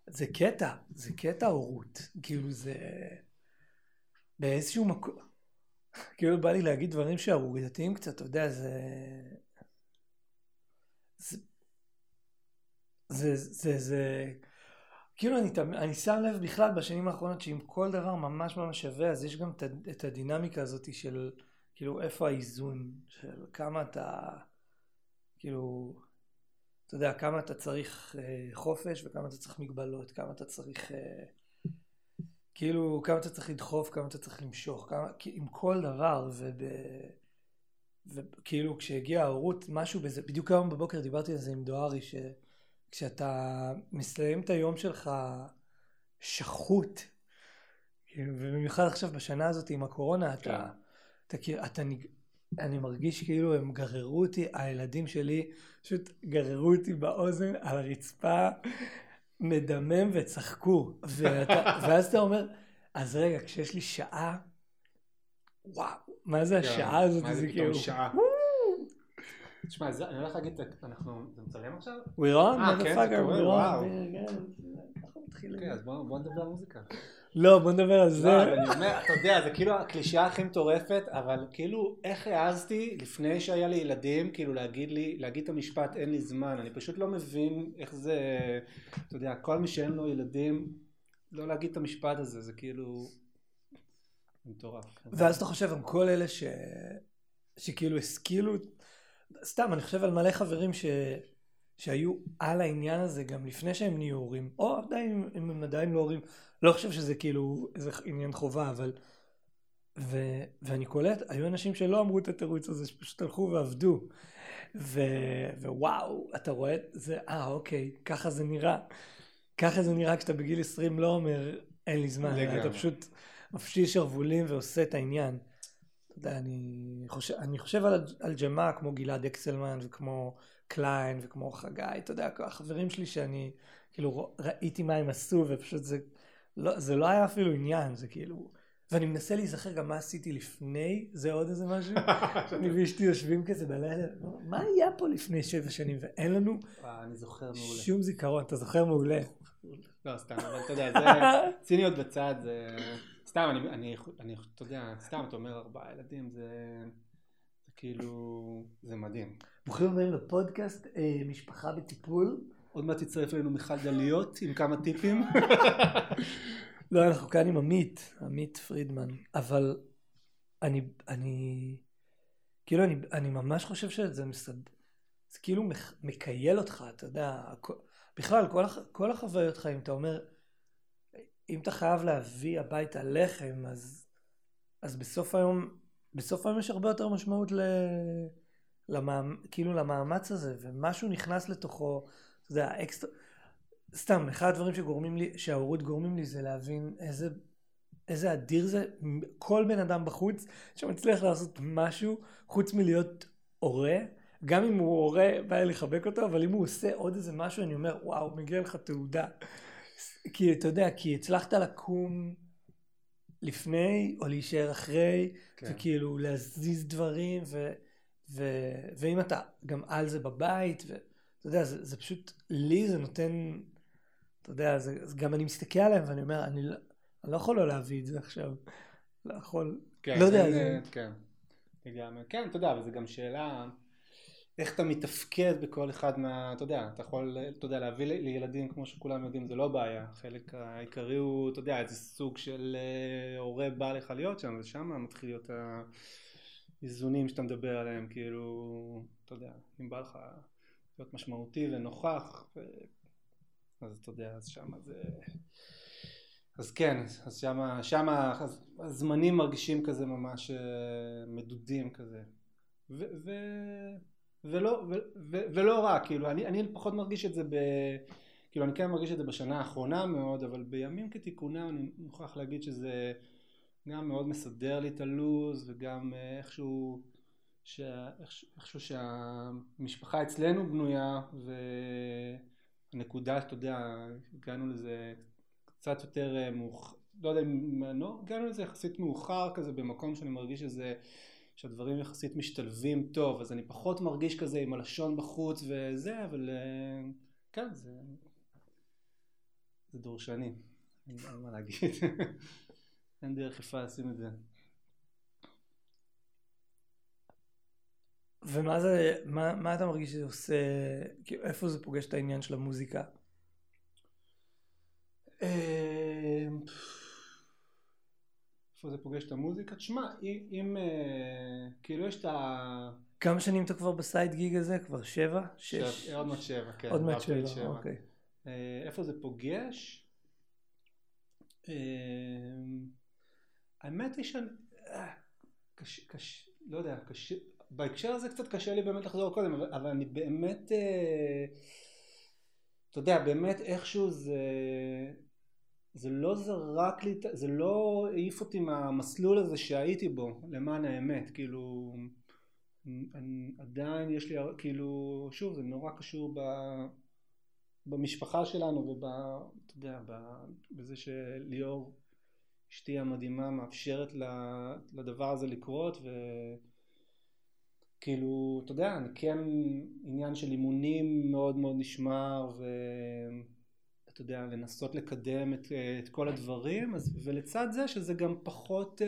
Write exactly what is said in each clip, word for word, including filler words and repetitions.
זה קטע, זה קטע הורות, כאילו זה באיזשהו מקום, כאילו בא לי להגיד דברים שערורייתיים קצת, אתה יודע, זה זה זה זה, זה... כאילו אני, אני שם לב בכלל בשנים האחרונות שאם כל דבר ממש ממש שווה, אז יש גם את הדינמיקה הזאת של כאילו איפה האיזון, של כמה אתה כאילו, אתה יודע, כמה אתה צריך אה, חופש וכמה אתה צריך מגבלות, כמה אתה צריך אה, כאילו, כמה אתה צריך לדחוף, כמה אתה צריך למשוך, כמה, עם כל דבר, וב... וכאילו כשהגיע ההורות, משהו בזה, בדיוק היום בבוקר דיברתי על זה עם דוארי, שכשאתה מסיים את היום שלך שחות, כאילו, ובמיוחד עכשיו בשנה הזאת עם הקורונה, אתה, אתה, אתה, אתה, אני מרגיש כאילו הם גררו אותי, הילדים שלי פשוט גררו אותי באוזן על הרצפה, מדמם וצחקו, ואתה, ואז אתה אומר, אז רגע, כשיש לי שעה, וואו, מה זה השעה הזאת? מה זה פתאום שעה? תשמע, אני הולך להגיד, אנחנו מצלם עכשיו? We on, motherfucker, we on. אנחנו מתחילים. אוקיי, אז בוא נדבר על מוזיקה. לא, בוא נדבר על זה. לא, אני אומר, אתה יודע, זה כאילו הקלישאה הכי מטורפת, אבל כאילו, איך העזתי לפני שהיה לי ילדים, כאילו להגיד לי, להגיד את המשפט, אין לי זמן, אני פשוט לא מבין איך זה, אתה יודע, כל מי שאין לו ילדים, לא להגיד את המשפט הזה, זה כאילו מטורף. ואז אתה חושב על כל אלה ש... שכאילו השכילו, סתם, אני חושב על מלא חברים ש... שהיו על העניין הזה גם לפני שהם נהיו הורים, או עדיין, אם הם עדיין לא הורים, לא חושב שזה כאילו איזה עניין חובה, אבל... ו... ואני קולט, היו אנשים שלא אמרו את התירוץ הזה, שפשוט הלכו ועבדו. ו... ווואו, אתה רואה, זה, אה, אוקיי, ככה זה נראה. ככה זה נראה כשאתה בגיל עשרים לא אומר, אין לי זמן, לגמרי. אתה פשוט מפשיל שרבולים ועושה את העניין. אתה יודע, אני חושב, אני חושב על, על ג'מה כמו גלעד אקסלמן וכמו קליין וכמו חגי, אתה יודע, החברים שלי שאני כאילו ראיתי מה הם עשו ופשוט זה לא, זה לא היה אפילו עניין, זה כאילו, ואני מנסה להיזכר גם מה עשיתי לפני, זה עוד איזה משהו, שאני ואשתי יושבים כזה בלילה, מה היה פה לפני שבע שנים ואין לנו אני זוכר מעולה. שום זיכרון, אתה זוכר מעולה. לא, סתם, אבל אתה יודע, זה ציניות בצד, זה... סתם, אני, אני, אני, אתה יודע, סתם, אתה אומר ארבעה ילדים, זה, זה כאילו, זה מדהים. ברוכים הבאים לפודקאסט, אה, משפחה בטיפול. עוד מעט תצטרף אלינו מיכל דליות עם כמה טיפים. לא, אנחנו כאן עם עמית, עמית פרידמן, אבל אני, אני, כאילו, אני, אני ממש חושב שזה מסד... זה כאילו מקייל אותך, אתה יודע, בכלל, כל, כל החוויות חיים, אתה אומר, אם אתה חייב להביא הביתה לחם, אז, אז בסוף היום, בסוף היום יש הרבה יותר משמעות ל, למאמ, כאילו למאמץ הזה, ומשהו נכנס לתוכו, אתה יודע, האקסטר... סתם, אחד הדברים שגורמים לי, שההורות גורמים לי, זה להבין איזה, איזה אדיר זה, כל בן אדם בחוץ, שמצליח לעשות משהו, חוץ מלהיות הורה, גם אם הוא הורה, בא לי לחבק אותו, אבל אם הוא עושה עוד איזה משהו, אני אומר, וואו, מגיע לך תעודה. כי אתה יודע, כי הצלחת לקום לפני, או להישאר אחרי, כן. וכאילו להזיז דברים, ו, ו, ואם אתה גם על זה בבית, ואתה יודע, זה, זה פשוט, לי זה נותן, אתה יודע, זה, גם אני מסתכל עליהם, ואני אומר, אני לא, אני לא יכול לא להביא את זה עכשיו, לא יכול, כן, לא יודע, זה, זה... כן, כן, אתה יודע, אבל זה גם שאלה, איך אתה מתפקד בכל אחד מה, אתה יודע, אתה יכול, אתה יודע, להביא לילדים כמו שכולם יודעים, זה לא בעיה, חלק העיקרי הוא, אתה יודע, איזה סוג של הורה בא לך להיות שם, ושם מתחיל להיות האיזונים שאתה מדבר עליהם, כאילו, אתה יודע, אם בא לך להיות משמעותי ונוכח, ו... אז אתה יודע, אז שם זה... אז כן, אז שם, שם הזמנים מרגישים כזה ממש מדודים כזה, ו... ו... ולא, ו, ו, ולא רק, כאילו, אני, אני פחות מרגיש את זה ב... כאילו, אני כן מרגיש את זה בשנה האחרונה מאוד, אבל בימים כתיקונם אני מוכרח להגיד שזה גם מאוד מסדר לי את הלוז, וגם איכשהו, ש... איכשהו שהמשפחה אצלנו בנויה, והנקודה, אתה יודע, הגענו לזה קצת יותר מאוחר, לא יודע אם, לא, הגענו לזה יחסית מאוחר כזה, במקום שאני מרגיש שזה... שהדברים יחסית משתלבים טוב, אז אני פחות מרגיש כזה עם הלשון בחוץ וזה, אבל כן, זה, זה דורשני, אין מה להגיד. אין דרך יפה לשים את זה. ומה זה, מה, מה אתה מרגיש שזה עושה, איפה זה פוגש את העניין של המוזיקה? איפה זה פוגש את המוזיקה? תשמע, אם כאילו יש את ה... כמה שנים אתה כבר בסייד גיג הזה? כבר שבע? שש? עוד מעט שבע, כן. עוד מעט שבע, אוקיי. איפה זה פוגש? האמת היא שאני... לא יודע, בהקשר הזה קצת קשה לי באמת לחזור קודם, אבל אני באמת... אתה יודע, באמת איכשהו זה... זה לא זרק לי, זה לא העיף אותי מהמסלול הזה שהייתי בו, למען האמת, כאילו, אני, עדיין יש לי, כאילו, שוב, זה נורא קשור ב, במשפחה שלנו, וב, אתה יודע, בזה שליאור, אשתי המדהימה, מאפשרת לדבר הזה לקרות, וכאילו, אתה יודע, אני כן עניין של אימונים מאוד מאוד נשמר, ו... אתה יודע, לנסות לקדם את, את כל הדברים, אז, ולצד זה שזה גם פחות,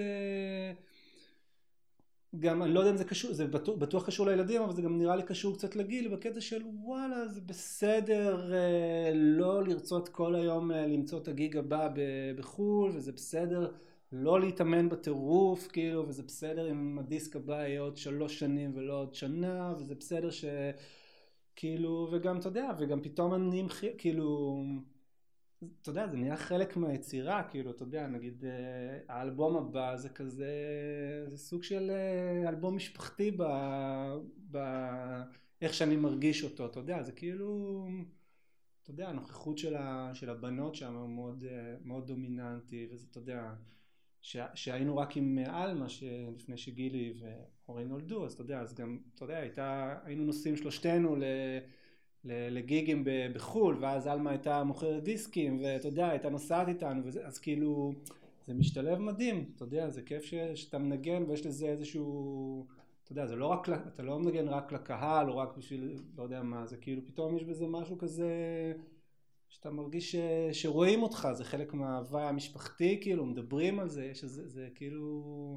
גם אני לא יודע אם זה קשור, זה בטוח, בטוח קשור לילדים, אבל זה גם נראה לי קשור קצת לגיל, בקטע של וואלה, זה בסדר לא לרצות כל היום למצוא את הגיג הבא בחול, וזה בסדר לא להתאמן בטירוף, כאילו, וזה בסדר אם הדיסק הבא יהיה עוד שלוש שנים ולא עוד שנה, וזה בסדר ש... כאילו, וגם, אתה יודע, וגם פתאום אני, כאילו, אתה יודע, זה נהיה חלק מהיצירה, כאילו, אתה יודע, נגיד, האלבום הבא זה כזה, זה סוג של אלבום משפחתי ב, ב, איך שאני מרגיש אותו, אתה יודע, זה כאילו, אתה יודע, הנוכחות של, ה, של הבנות שם מאוד, מאוד דומיננטי, וזה, אתה יודע, ש, שהיינו רק עם אלמה, שלפני שגילי והורי נולדו, אז אתה יודע, אז גם, אתה יודע, הייתה, היינו נוסעים שלושתנו ל... לגיגים בחול, ואז אלמה הייתה מוכרת דיסקים, ואתה יודע, הייתה נוסעת איתנו, וזה, אז כאילו, זה משתלב מדהים, אתה יודע, זה כיף ש, שאתה מנגן, ויש לזה איזשהו, אתה יודע, זה לא רק, אתה לא מנגן רק לקהל, או רק בשביל, לא יודע מה, זה כאילו, פתאום יש בזה משהו כזה, שאתה מרגיש ש, שרואים אותך, זה חלק מההוויה המשפחתי, כאילו, מדברים על זה, יש איזה, זה כאילו...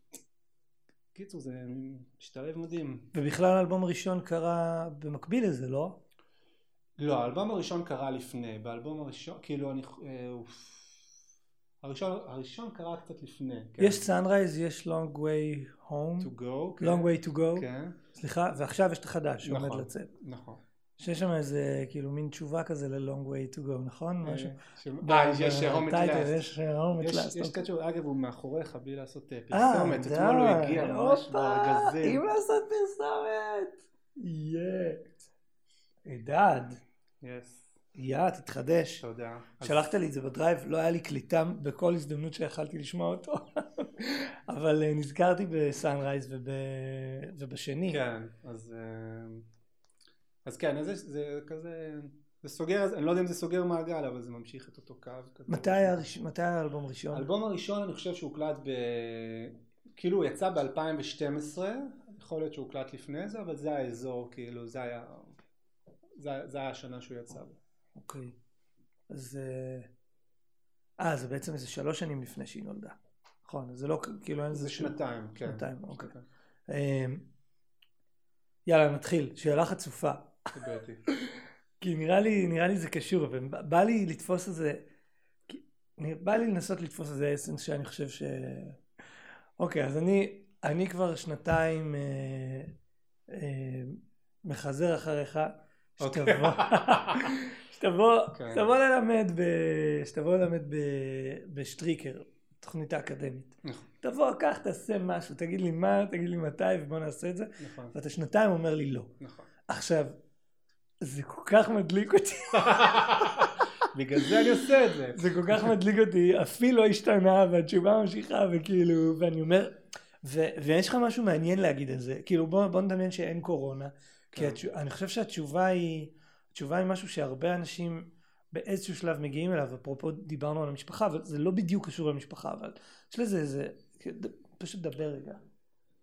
קיצור, זה משתלב מדהים. ובכלל האלבום הראשון קרה במקביל לזה, לא? לא, האלבום הראשון קרה לפני, באלבום הראשון, כאילו אני, הראשון, הראשון קרה קצת לפני. יש Sunrise, יש Long Way Home. To Go. Long Way to Go. כן. סליחה, ועכשיו יש את החדש שעומד לצאת. נכון. שיש שם איזה, כאילו, מין תשובה כזה ל-Long Way to Go, נכון? משהו. אה, יש Home at Last. יש Home at Last. יש קצת, אגב, הוא מאחוריך, בלי לעשות פרסומת, אתמול הוא הגיע ממש בארגזים. אם לעשות פרסומת. יאה. עידד. יס. יא, תתחדש. תודה. שלחת לי את זה בדרייב, לא היה לי קליטה בכל הזדמנות שיכלתי לשמוע אותו. אבל נזכרתי בסאנרייז ובשני. כן, אז... אז כן, אז זה כזה... זה סוגר, אני לא יודע אם זה סוגר מעגל, אבל זה ממשיך את אותו קו. מתי האלבום הראשון? האלבום הראשון אני חושב שהוא הוקלט ב... כאילו הוא יצא ב-אלפיים ושתים עשרה, יכול להיות שהוא הוקלט לפני זה, אבל זה האזור, כאילו, זה היה... זה היה השנה שהוא יצא בו. אוקיי. אז... אה, זה בעצם איזה שלוש שנים לפני שהיא נולדה. נכון, אז זה לא, כאילו אין איזה... זה שנתיים, כן. שנתיים, אוקיי. יאללה, נתחיל. שאלה חצופה. תבאתי. כי נראה לי, נראה לי זה קשור, ובא לי לתפוס איזה... בא לי לנסות לתפוס איזה אסנס שאני חושב ש... אוקיי, אז אני, אני כבר שנתיים אה, אה, מחזר אחריך, שתבוא, שתבוא, שתבוא ללמד, ב, שתבוא ללמד ב, בשטריקר, תוכנית האקדמית. תבוא, קח, תעשה משהו, תגיד לי מה, תגיד לי מתי, ובוא נעשה את זה. ואתה שנתיים אומר לי לא. עכשיו, זה כל כך מדליק אותי. בגלל זה אני עושה את זה. זה כל כך מדליק אותי, אפילו לא השתנה, והתשובה ממשיכה, וכאילו, ואני אומר, ויש לך משהו מעניין להגיד על זה, כאילו בוא נדמיין שאין קורונה, כי אני חושב שהתשובה היא, התשובה היא משהו שהרבה אנשים באיזשהו שלב מגיעים אליו, אפרופו דיברנו על המשפחה, אבל זה לא בדיוק קשור למשפחה, אבל יש לזה איזה, פשוט דבר רגע.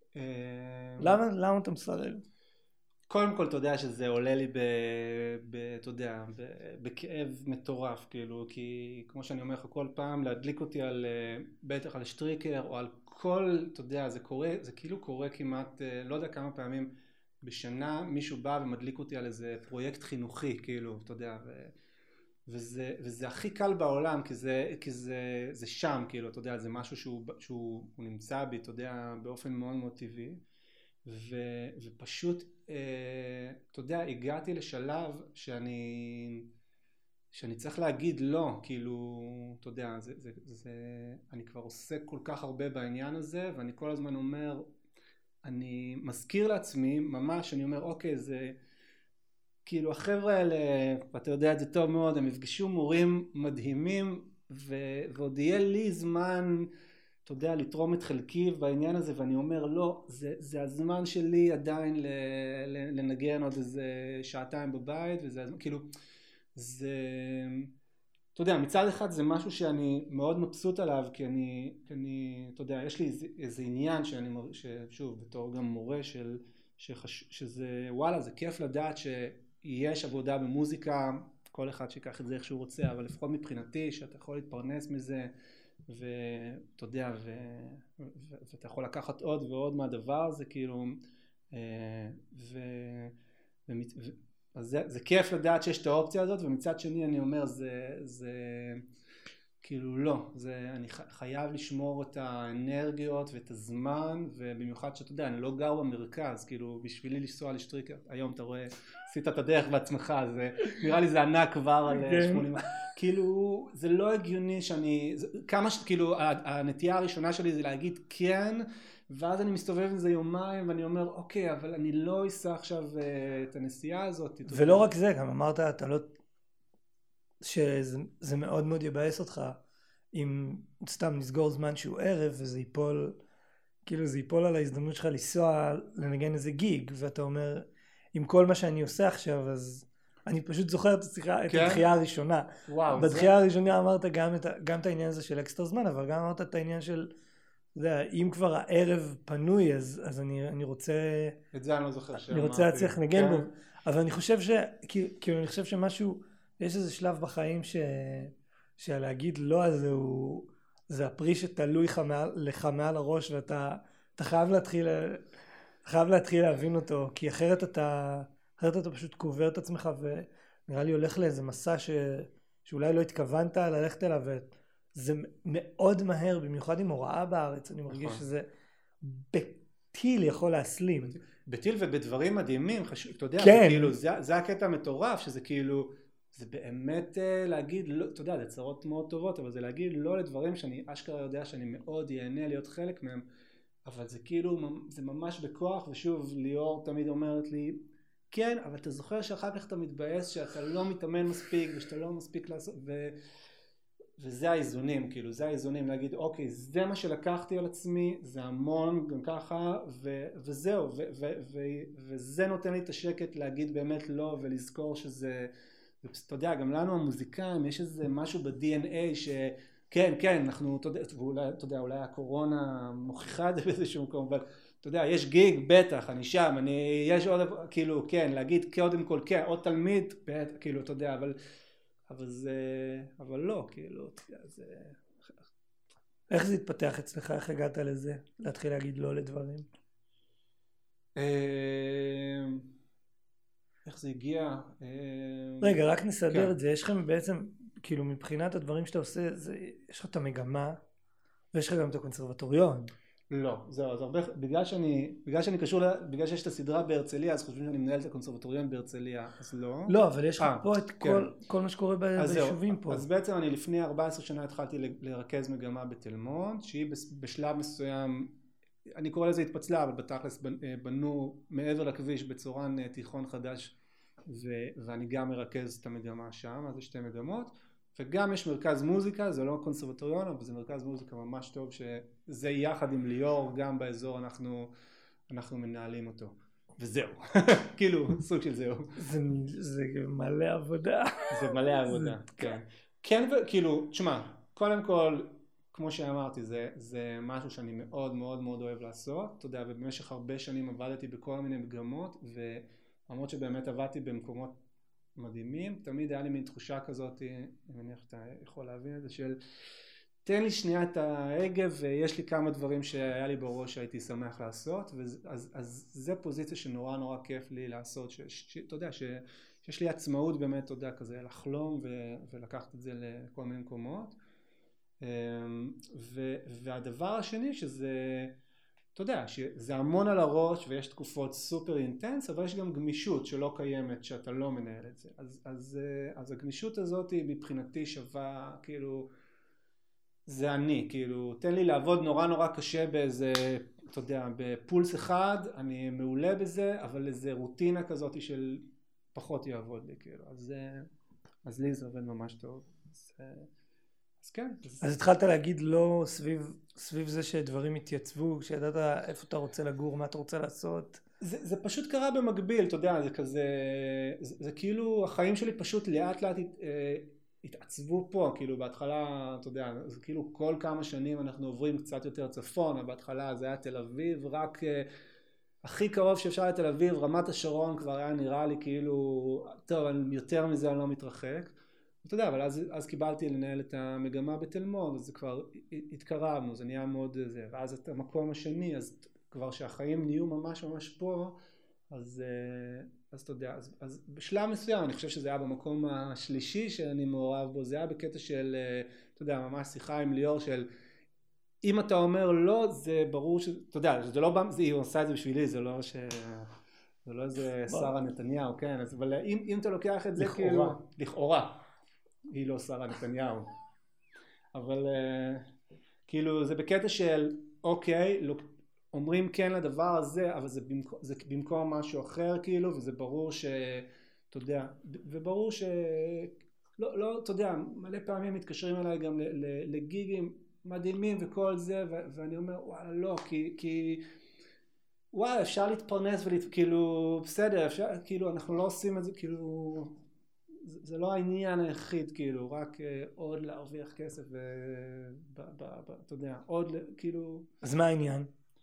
למה אתה מסרב? קודם כל אתה יודע שזה עולה לי ב, ב, אתה יודע, בכאב מטורף, כאילו, כי כמו שאני אומר לך, כל פעם להדליק אותי על, בטח על שטריקר, או על כל, אתה יודע, זה קורה, זה כאילו קורה כמעט, לא יודע כמה פעמים בשנה, מישהו בא ומדליק אותי על איזה פרויקט חינוכי, כאילו, אתה יודע, ו... וזה, וזה הכי קל בעולם, כי זה, כי זה, זה שם, כאילו, אתה יודע, זה משהו שהוא, שהוא נמצא בי, אתה יודע, באופן מאוד מאוד טבעי, ו, ופשוט, אה, אתה יודע, הגעתי לשלב שאני, שאני צריך להגיד לא, כאילו, אתה יודע, זה, זה, זה, אני כבר עושה כל כך הרבה בעניין הזה, ואני כל הזמן אומר, אני מזכיר לעצמי, ממש, אני אומר, אוקיי, זה, כאילו החבר'ה האלה, ואתה יודע את זה טוב מאוד, הם יפגשו מורים מדהימים, ו- ועוד יהיה לי זמן, אתה יודע, לתרום את חלקי בעניין הזה, ואני אומר, לא, זה, זה הזמן שלי עדיין ל- ל- לנגן עוד איזה שעתיים בבית, וזה הזמן, כאילו, זה, אתה יודע, מצד אחד זה משהו שאני מאוד מבסוט עליו, כי אני, כי אני, אתה יודע, יש לי איזה, איזה עניין שאני, ששוב, בתור גם מורה של, שחש, שזה, וואלה, זה כיף לדעת ש... יש עבודה במוזיקה, כל אחד שיקח את זה איך שהוא רוצה, אבל לפחות מבחינתי שאתה יכול להתפרנס מזה, ואתה יודע, ו... ו... ואתה יכול לקחת עוד ועוד מהדבר הזה, כאילו, ו... ו... ו... אז זה, זה כיף לדעת שיש את האופציה הזאת, ומצד שני אני אומר, זה, זה כאילו לא, זה, אני חייב לשמור את האנרגיות ואת הזמן, ובמיוחד שאתה יודע, אני לא גר במרכז, כאילו בשבילי לנסוע לשטריקר, היום אתה רואה, עשית את הדרך בעצמך, זה, נראה לי זה ענק כבר על שמונים, כאילו זה לא הגיוני שאני, זה, כמה ש... כאילו הנטייה הראשונה שלי זה להגיד כן, ואז אני מסתובב עם זה יומיים ואני אומר אוקיי, אבל אני לא אסע עכשיו את הנסיעה הזאת. ולא רק זה, גם אמרת, אתה לא... שזה מאוד מאוד יבאס אותך אם סתם נסגור זמן שהוא ערב וזה ייפול, כאילו זה ייפול על ההזדמנות שלך לנסוע לנגן איזה גיג, ואתה אומר, עם כל מה שאני עושה עכשיו, אז אני פשוט זוכר את השיחה, את הדחייה הראשונה. וואו, בדחייה זה... הראשונה אמרת גם את, גם את העניין הזה של אקסטרה זמן, אבל גם אמרת את העניין של, אתה יודע, אם כבר הערב פנוי, אז, אז אני, אני רוצה... את זה אני לא זוכר שאמרתי. אני רוצה להצליח לנגן כן. בו. אבל אני חושב ש... כאילו, אני חושב שמשהו... יש איזה שלב בחיים ש... שלהגיד לא הזה הוא... זה הפרי שתלוי לך מעל, לך מעל הראש, ואתה אתה חייב להתחיל... חייב להתחיל להבין אותו, כי אחרת אתה... אחרת אתה פשוט קובר את עצמך, ונראה לי הולך לאיזה מסע ש... שאולי לא התכוונת ללכת אליו, וזה מאוד מהר, במיוחד עם הוראה בארץ, אני מרגיש נכון. שזה בטיל יכול להסלים. בטיל ובדברים מדהימים, חשוב, אתה יודע, כן. זה, כאילו, זה, זה הקטע המטורף, שזה כאילו, זה באמת להגיד, לא, אתה יודע, זה צרות מאוד טובות, אבל זה להגיד לא לדברים שאני אשכרה יודע שאני מאוד ייהנה להיות חלק מהם, אבל זה כאילו, זה ממש בכוח, ושוב, ליאור תמיד אומרת לי, כן, אבל אתה זוכר שאחר כך אתה מתבאס שאתה לא מתאמן מספיק, ושאתה לא מספיק לעשות, ו... וזה האיזונים, כאילו, זה האיזונים, להגיד, אוקיי, זה מה שלקחתי על עצמי, זה המון, גם ככה, ו... וזהו, ו... ו... ו... וזה נותן לי את השקט להגיד באמת לא, ולזכור שזה, אתה יודע, גם לנו המוזיקאים, יש איזה משהו ב-די אן איי ש... כן, כן, אנחנו, אתה יודע, ואולי, אתה יודע, אולי הקורונה מוכיחה את זה באיזשהו מקום, אבל אתה יודע, יש גיג, בטח, אני שם, אני, יש עוד, כאילו, כן, להגיד קודם כל, כן, עוד תלמיד, בטח, כאילו, אתה יודע, אבל, אבל זה, אבל לא, כאילו, אתה יודע, זה... איך זה התפתח אצלך? איך הגעת לזה? להתחיל להגיד לא לדברים? איך זה הגיע? רגע, רק נסדר את זה, יש לכם בעצם, כאילו, מבחינת הדברים שאתה עושה, יש לך את המגמה, ויש לך גם את הקונסרבטוריון. לא, זהו, אז הרבה, בגלל שאני, בגלל שאני קשור, בגלל שיש את הסדרה בהרצליה, אז חושבים שאני מנהל את הקונסרבטוריון בהרצליה, אז לא. לא, אבל יש לך פה את כל, כל מה שקורה ביישובים פה. אז בעצם אני לפני ארבע עשרה שנה התחלתי לרכז מגמה בתל מונד, שהיא בשלב מסוים, אני קורא לזה התפצלה, אבל בתכלס בנו מעבר לכביש בצורן תיכון חדש, ואני גם מרכז את המגמה שם, אז יש שתי מגמות. וגם יש מרכז מוזיקה, זה לא קונסרבטוריון, אבל זה מרכז מוזיקה ממש טוב, שזה יחד עם ליאור, גם באזור אנחנו, אנחנו מנהלים אותו. וזהו, כאילו, סוג של זהו. זה, זה מלא עבודה. זה מלא עבודה, כן. כן, וכאילו, תשמע, קודם כל, כמו שאמרתי, זה, זה משהו שאני מאוד מאוד מאוד אוהב לעשות, אתה יודע, ובמשך הרבה שנים עבדתי בכל מיני מגמות, ולמרות שבאמת עבדתי במקומות, מדהימים, תמיד היה לי מין תחושה כזאת, אני מניח שאתה יכול להבין את זה, של תן לי שנייה את ההגה ויש לי כמה דברים שהיה לי בראש שהייתי שמח לעשות, אז, אז זה פוזיציה שנורא נורא כיף לי לעשות, שאתה יודע, שיש לי עצמאות באמת, אתה יודע, כזה לחלום ו, ולקחת את זה לכל מיני מקומות. ו, והדבר השני שזה, אתה יודע, שזה המון על הראש ויש תקופות סופר אינטנס, אבל יש גם גמישות שלא קיימת שאתה לא מנהל את זה. אז, אז, אז הגמישות הזאת היא מבחינתי שווה, כאילו, זה אני, כאילו, תן לי לעבוד נורא נורא קשה באיזה, אתה יודע, בפולס אחד, אני מעולה בזה, אבל איזה רוטינה כזאת של פחות יעבוד לי, כאילו. אז, אז לי זה עובד ממש טוב. אז, אז כן. אז, אז התחלת להגיד לא סביב, סביב זה שדברים התייצבו, כשידעת איפה אתה רוצה לגור, מה אתה רוצה לעשות. זה, זה פשוט קרה במקביל, אתה יודע, זה כזה, זה, זה כאילו, החיים שלי פשוט לאט לאט אה, התעצבו פה, כאילו בהתחלה, אתה יודע, זה כאילו כל כמה שנים אנחנו עוברים קצת יותר צפון, בהתחלה זה היה תל אביב, רק אה, הכי קרוב שאפשר לתל אביב, רמת השרון כבר היה נראה לי כאילו, טוב, יותר מזה אני לא מתרחק. אתה יודע, אבל אז, אז קיבלתי לנהל את המגמה בתל מונד, אז זה כבר התקרבנו, זה נהיה מאוד זה, ואז את המקום השני, אז כבר שהחיים נהיו ממש ממש פה, אז, אז אתה יודע, אז, אז בשלב מסוים, אני חושב שזה היה במקום השלישי שאני מעורב בו, זה היה בקטע של, אתה יודע, ממש שיחה עם ליאור של, אם אתה אומר לא, זה ברור ש... אתה יודע, זה לא, זה, היא עושה את זה בשבילי, זה לא ש... זה לא איזה שרה נתניהו, כן, אז, אבל אם, אם אתה לוקח את זה לכאורה. כאילו, לכאורה, היא לא שרה נתניהו, אבל כאילו זה בקטע של אוקיי, אומרים כן לדבר הזה, אבל זה במקום, זה במקום משהו אחר כאילו, וזה ברור ש... אתה יודע, וברור ש... לא, לא, אתה יודע, מלא פעמים מתקשרים אליי גם לגיגים מדהימים וכל זה, ו- ואני אומר וואלה לא, כי... כי... וואלה, אפשר להתפרנס וכאילו, בסדר, אפשר, כאילו, אנחנו לא עושים את זה, כאילו, זה, זה לא העניין היחיד, כאילו, רק uh, עוד להרוויח כסף, ו... ב, ב, ב, אתה יודע, עוד, כאילו... אז מה העניין?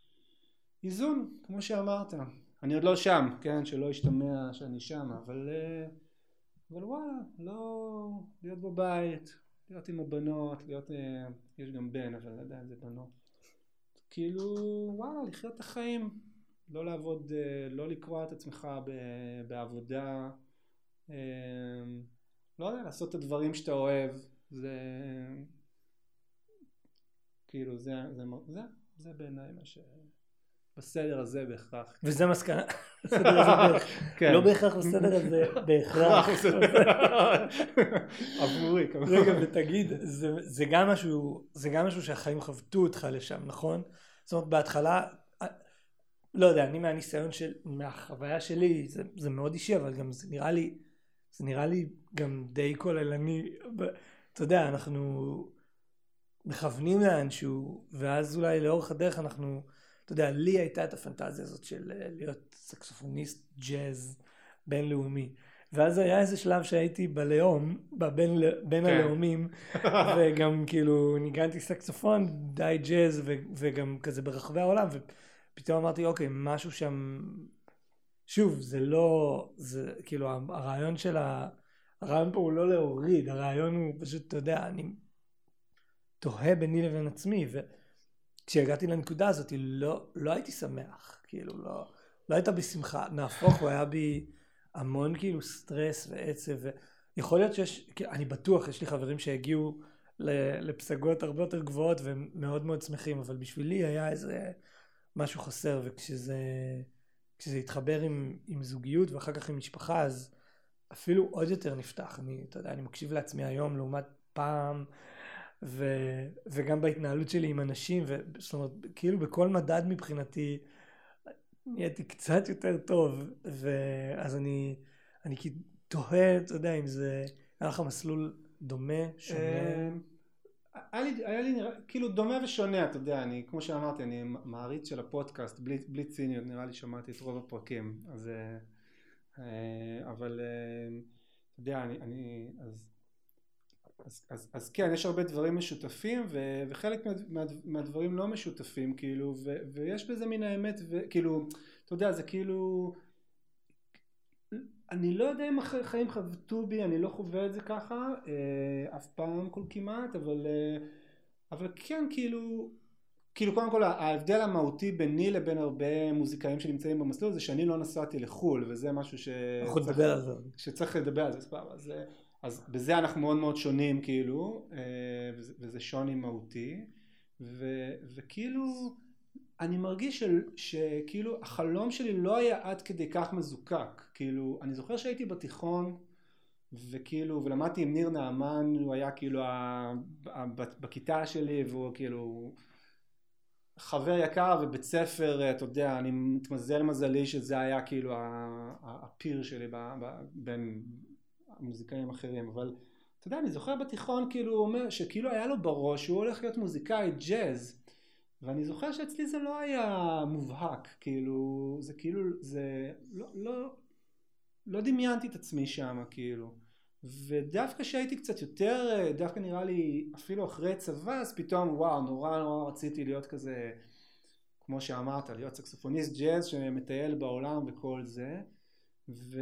איזון, כמו שאמרת. אני עוד לא שם, כן, שלא ישתמע שאני שם, אבל, uh, אבל וואלה, לא להיות בבית, להיות עם הבנות, להיות, uh, יש גם בן, אבל עדיין זה בנות. כאילו, וואלה, לחיות את החיים. לא לעבוד, לא לקרוע את עצמך בעבודה, לא יודע, לעשות את הדברים שאתה אוהב, זה כאילו זה, זה, זה, זה בעיניי מה ש... בסדר הזה בהכרח. וזה מסקנה, לא בהכרח בסדר הזה, בהכרח. עבורי. רגע, ותגיד, זה גם משהו, זה גם משהו שהחיים חבטו אותך לשם, נכון? זאת אומרת, בהתחלה, לא יודע, אני מהניסיון של, מהחוויה שלי, זה, זה מאוד אישי, אבל גם זה נראה לי, זה נראה לי גם די כוללני, אתה יודע, אנחנו מכוונים לאנשהו, ואז אולי לאורך הדרך אנחנו, אתה יודע, לי הייתה את הפנטזיה הזאת של להיות סקסופוניסט ג'אז בינלאומי, ואז היה איזה שלב שהייתי בלאום, בין, בין הלאומים, וגם כאילו ניגנתי סקסופון, די ג'אז, ו, וגם כזה ברחבי העולם, ופתאום אמרתי, אוקיי, משהו שם, שוב, זה לא, זה כאילו, הרעיון של ה... הרעיון פה הוא לא להוריד, הרעיון הוא פשוט, אתה יודע, אני תוהה ביני לבין עצמי, וכשהגעתי לנקודה הזאת, לא, לא הייתי שמח, כאילו, לא, לא הייתה בשמחה, נהפוך, הוא היה בי המון כאילו סטרס ועצב, ויכול להיות שיש, אני בטוח, יש לי חברים שהגיעו לפסגות הרבה יותר גבוהות, והם מאוד מאוד שמחים, אבל בשבילי היה איזה משהו חסר, וכשזה כשזה התחבר עם, עם זוגיות, ואחר כך עם משפחה, אז אפילו עוד יותר נפתח. אני, אתה יודע, אני מקשיב לעצמי היום לעומת פעם, ו, וגם בהתנהלות שלי עם אנשים, ו, זאת אומרת, כאילו בכל מדד מבחינתי, נהייתי קצת יותר טוב, ואז אני, אני תוהה, אתה יודע, אם זה, היה לך מסלול דומה, שונה? היה לי, היה לי נראה, כאילו דומה ושונה, אתה יודע, אני, כמו שאמרתי, אני מעריץ של הפודקאסט, בלי, בלי ציניות, נראה לי שמעתי את רוב הפרקים, אז, אבל, אתה יודע, אני, אני אז, אז, אז, אז כן, יש הרבה דברים משותפים, ו, וחלק מה, מה, מהדברים לא משותפים, כאילו, ו, ויש בזה מן האמת, וכאילו, אתה יודע, זה כאילו, אני לא יודע אם החיים חבטו בי, אני לא חווה את זה ככה, אה, אף פעם כל כמעט, אבל, אה, אבל כן, כאילו, כאילו קודם כל ההבדל המהותי ביני לבין הרבה מוזיקאים שנמצאים במסלול זה שאני לא נסעתי לחול, וזה משהו שצריך, שצריך לדבר על זה, סבבה, אז, אז בזה אנחנו מאוד מאוד שונים כאילו, וזה, וזה שוני מהותי, ו, וכאילו אני מרגיש של, שכאילו החלום שלי לא היה עד כדי כך מזוקק, כאילו אני זוכר שהייתי בתיכון וכאילו ולמדתי עם ניר נעמן, הוא היה כאילו ה, ה, בכיתה שלי והוא כאילו חבר יקר ובית ספר, אתה יודע, אני מתמזל מזלי שזה היה כאילו הפיר שלי בין המוזיקאים האחרים, אבל אתה יודע, אני זוכר בתיכון כאילו הוא אומר שכאילו היה לו בראש שהוא הולך להיות מוזיקאי ג'אז, ואני זוכר שאצלי זה לא היה מובהק, כאילו זה כאילו זה לא לא לא דמיינתי את עצמי שם כאילו, ודווקא שהייתי קצת יותר, דווקא נראה לי אפילו אחרי צבא, אז פתאום וואו, נורא נורא רציתי להיות כזה, כמו שאמרת, להיות סקסופוניסט ג'אז שמטייל בעולם וכל זה, ו...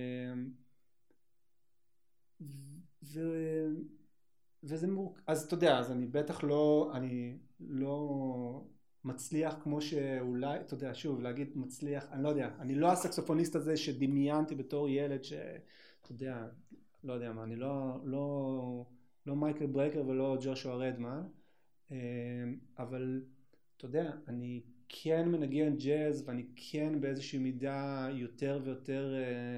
ו... וזה מורכב, אז אתה יודע, אז אני בטח לא, אני לא מצליח כמו שאולי, אתה יודע, שוב, להגיד מצליח, אני לא יודע, אני לא הסקסופוניסט הזה שדמיינתי בתור ילד ש... אתה יודע, לא יודע מה, אני לא, לא, לא מייקל ברייקר ולא ג'ושוע רדמן, אבל אתה יודע, אני כן מנגן ג'אז ואני כן באיזושהי מידה יותר ויותר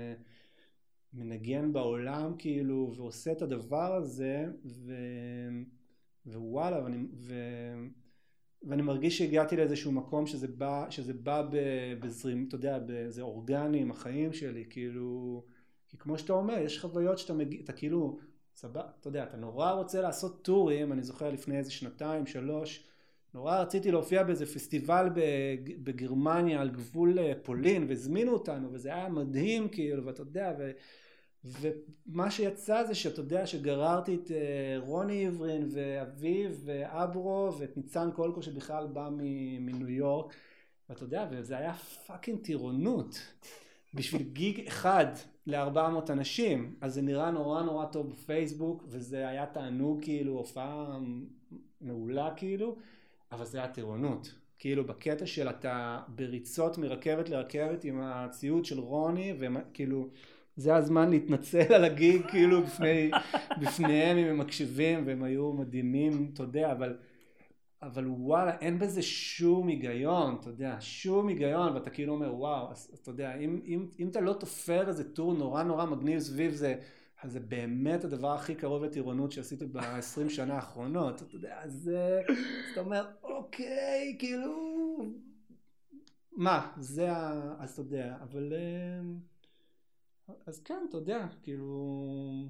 מנגן בעולם כאילו ועושה את הדבר הזה ו... ווואלה ואני, ו... ואני מרגיש שהגעתי לאיזשהו מקום שזה בא, שזה בא בזרים, אתה יודע, זה אורגני עם החיים שלי כאילו, כי כמו שאתה אומר, יש חוויות שאתה מגיע, אתה כאילו, סבא, אתה יודע, אתה נורא רוצה לעשות טורים, אני זוכר לפני איזה שנתיים, שלוש, נורא רציתי להופיע באיזה פסטיבל בגרמניה על גבול פולין, והזמינו אותנו, וזה היה מדהים כאילו, ואתה יודע, ו, ומה שיצא זה שאתה יודע שגררתי את רוני עברין ואביב ואברו ואת ניצן קולקו שבכלל בא מניו יורק, ואתה יודע, וזה היה פאקינג טירונות. בשביל גיג אחד ל-ארבע מאות אנשים, אז זה נראה נורא נורא טוב בפייסבוק, וזה היה תענוג כאילו, הופעה מעולה כאילו, אבל זה היה טירונות. כאילו בקטע של אתה בריצות מרכבת לרכבת עם הציוד של רוני, וכאילו זה הזמן להתנצל על הגיג כאילו בפני, בפניהם אם הם מקשיבים, והם היו מדהימים, אתה יודע, אבל... אבל וואלה, אין בזה שום היגיון, אתה יודע, שום היגיון, ואתה כאילו אומר, וואו, אז אתה יודע, אם, אם, אם אתה לא תופר איזה טור נורא נורא מגניב סביב זה, אז זה באמת הדבר הכי קרוב לטירונות שעשיתי ב-עשרים שנה האחרונות, אתה יודע, אז, אז אתה אומר, אוקיי, כאילו, מה, זה ה... אז אתה יודע, אבל, אז כן, אתה יודע, כאילו...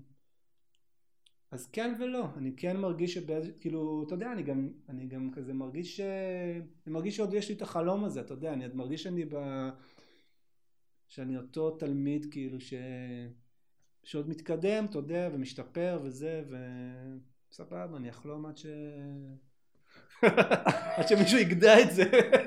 אז כן ולא, אני כן מרגיש שבאיזה, כאילו, אתה יודע, אני גם, אני גם כזה מרגיש ש... אני מרגיש שעוד יש לי את החלום הזה, אתה יודע, אני מרגיש שאני ב... שאני אותו תלמיד, כאילו, ש... שעוד מתקדם, אתה יודע, ומשתפר וזה, וסבבה, אני אחלום עד ש... עד שמישהו יגדע את זה.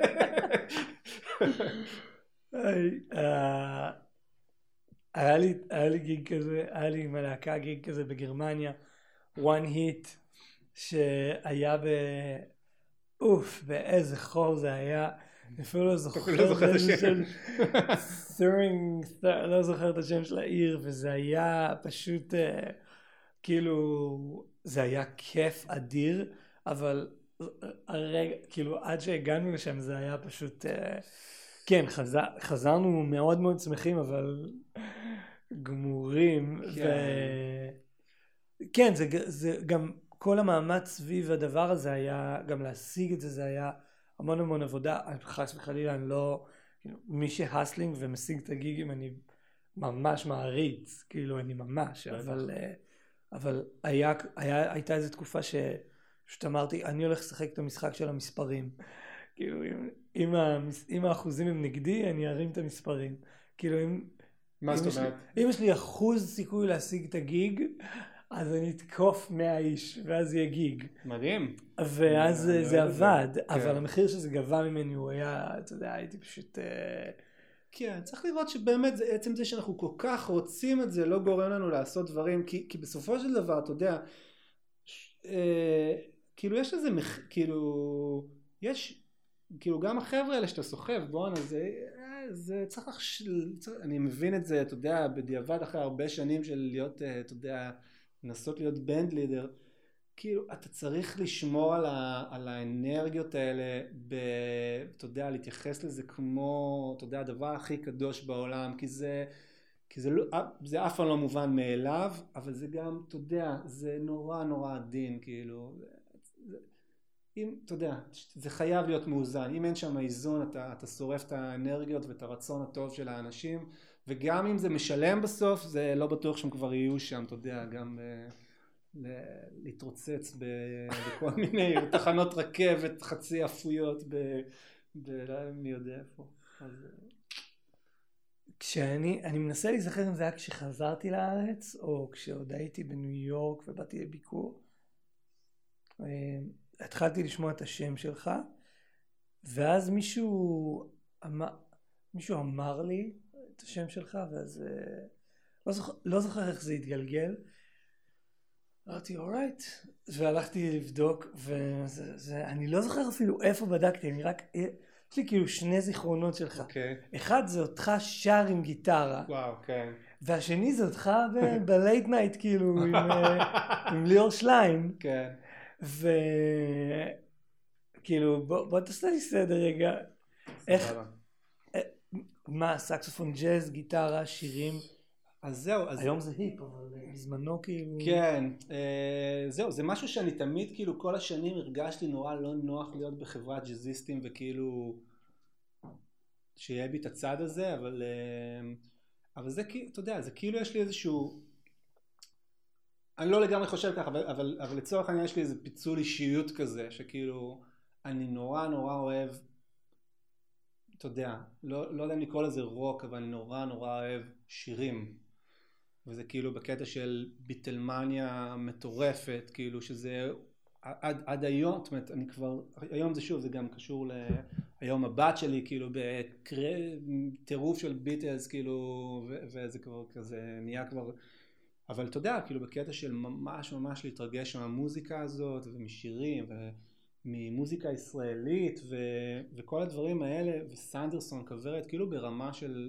היה לי, היה לי גיג כזה, היה לי עם הלהקה גיג כזה בגרמניה, one hit, שהיה ב... אוף, באיזה חור זה היה, אפילו לא זוכר את השם של סטרינג, לא זוכר את השם של העיר, וזה היה פשוט, כאילו, זה היה כיף אדיר, אבל הרגע, כאילו, עד שהגענו לשם זה היה פשוט, כן, חזר, חזרנו מאוד מאוד שמחים, אבל גמורים, ו... כן, זה, זה גם כל המאמץ סביב הדבר הזה היה, גם להשיג את זה, זה היה המון המון עבודה, חס וחלילה, אני לא, מי שהסלינג ומשיג את הגיגים, אני ממש מעריץ, כאילו, אני ממש, אבל, אבל היה, היה, הייתה איזו תקופה ש, שאת אמרתי, אני הולך לשחק את המשחק של המספרים, כאילו, אם, אם, המס, אם האחוזים הם נגדי, אני ארים את המספרים, כאילו, אם, מה זאת אומרת? אם יש לי אחוז סיכוי להשיג את הגיג, אז אני אתקוף מאה איש, ואז יהיה גיג. מדהים. ואז זה עבד, אבל המחיר שזה גבה ממני הוא היה, אתה יודע, הייתי פשוט... כן, צריך לראות שבאמת זה, עצם זה שאנחנו כל כך רוצים את זה לא גורם לנו לעשות דברים, כי, כי בסופו של דבר, אתה יודע, ש, אה, כאילו יש לזה, מח, כאילו, יש, כאילו גם החבר'ה האלה שאתה סוחב, בואנה, זה, זה צריך לחש... צריך, אני מבין את זה, אתה יודע, בדיעבד אחרי הרבה שנים של להיות, אתה יודע, לנסות להיות בנד לידר, כאילו אתה צריך לשמור על, ה, על האנרגיות האלה, ב, אתה יודע, להתייחס לזה כמו, אתה יודע, הדבר הכי קדוש בעולם, כי זה, כי זה, לא, זה אף פעם לא מובן מאליו, אבל זה גם, אתה יודע, זה נורא נורא עדין, כאילו, זה, אם, אתה יודע, זה חייב להיות מאוזן, אם אין שם איזון, אתה, אתה שורף את האנרגיות ואת הרצון הטוב של האנשים, וגם אם זה משלם בסוף, זה לא בטוח שהם כבר יהיו שם, אתה יודע, גם להתרוצץ בכל מיני תחנות רכבת חצי אפויות במי יודע איפה. כשאני אני מנסה להיזכר אם זה היה כשחזרתי לארץ או כשעוד הייתי בניו יורק ובאתי לביקור, התחלתי לשמוע את השם שלך ואז מישהו אמר, מישהו אמר לי את השם שלך ואז לא זוכר, לא זוכר איך זה התגלגל, אמרתי אורייט והלכתי לבדוק ואני לא זוכר אפילו איפה בדקתי, אני רק, יש לי כאילו שני זיכרונות שלך, okay. אחד זה אותך שר עם גיטרה, וואו, כן. והשני זה אותך בלייט נייט כאילו עם, עם ליאור שליין, כן. וכאילו בוא, בוא תעשה לי סדר רגע, איך, מה, סקסופון ג'אז, גיטרה, שירים, אז זהו, אז היום זה היפ, אבל בזמנו כאילו... כן, אה, זהו, זה משהו שאני תמיד כאילו כל השנים הרגשתי נורא לא נוח להיות בחברת ג'אזיסטים וכאילו שיהיה בי את הצד הזה, אבל, אה, אבל זה כאילו, אתה יודע, זה כאילו יש לי איזשהו, אני לא לגמרי חושב ככה, אבל, אבל, אבל לצורך העניין יש לי איזה פיצול אישיות כזה, שכאילו אני נורא נורא אוהב, אתה יודע, לא, לא יודע אם לקרוא לזה רוק, אבל אני נורא נורא אוהב שירים. וזה כאילו בקטע של ביטלמניה מטורפת, כאילו שזה עד, עד היום, זאת אומרת, אני כבר, היום זה שוב, זה גם קשור להיום הבת שלי, כאילו בטירוף של ביטלס, כאילו, וזה כבר כזה נהיה כבר, אבל אתה יודע, כאילו בקטע של ממש ממש להתרגש מהמוזיקה הזאת, ומשירים, וממוזיקה ישראלית, ו, וכל הדברים האלה, וסנדרסון, כוורת, כאילו ברמה של...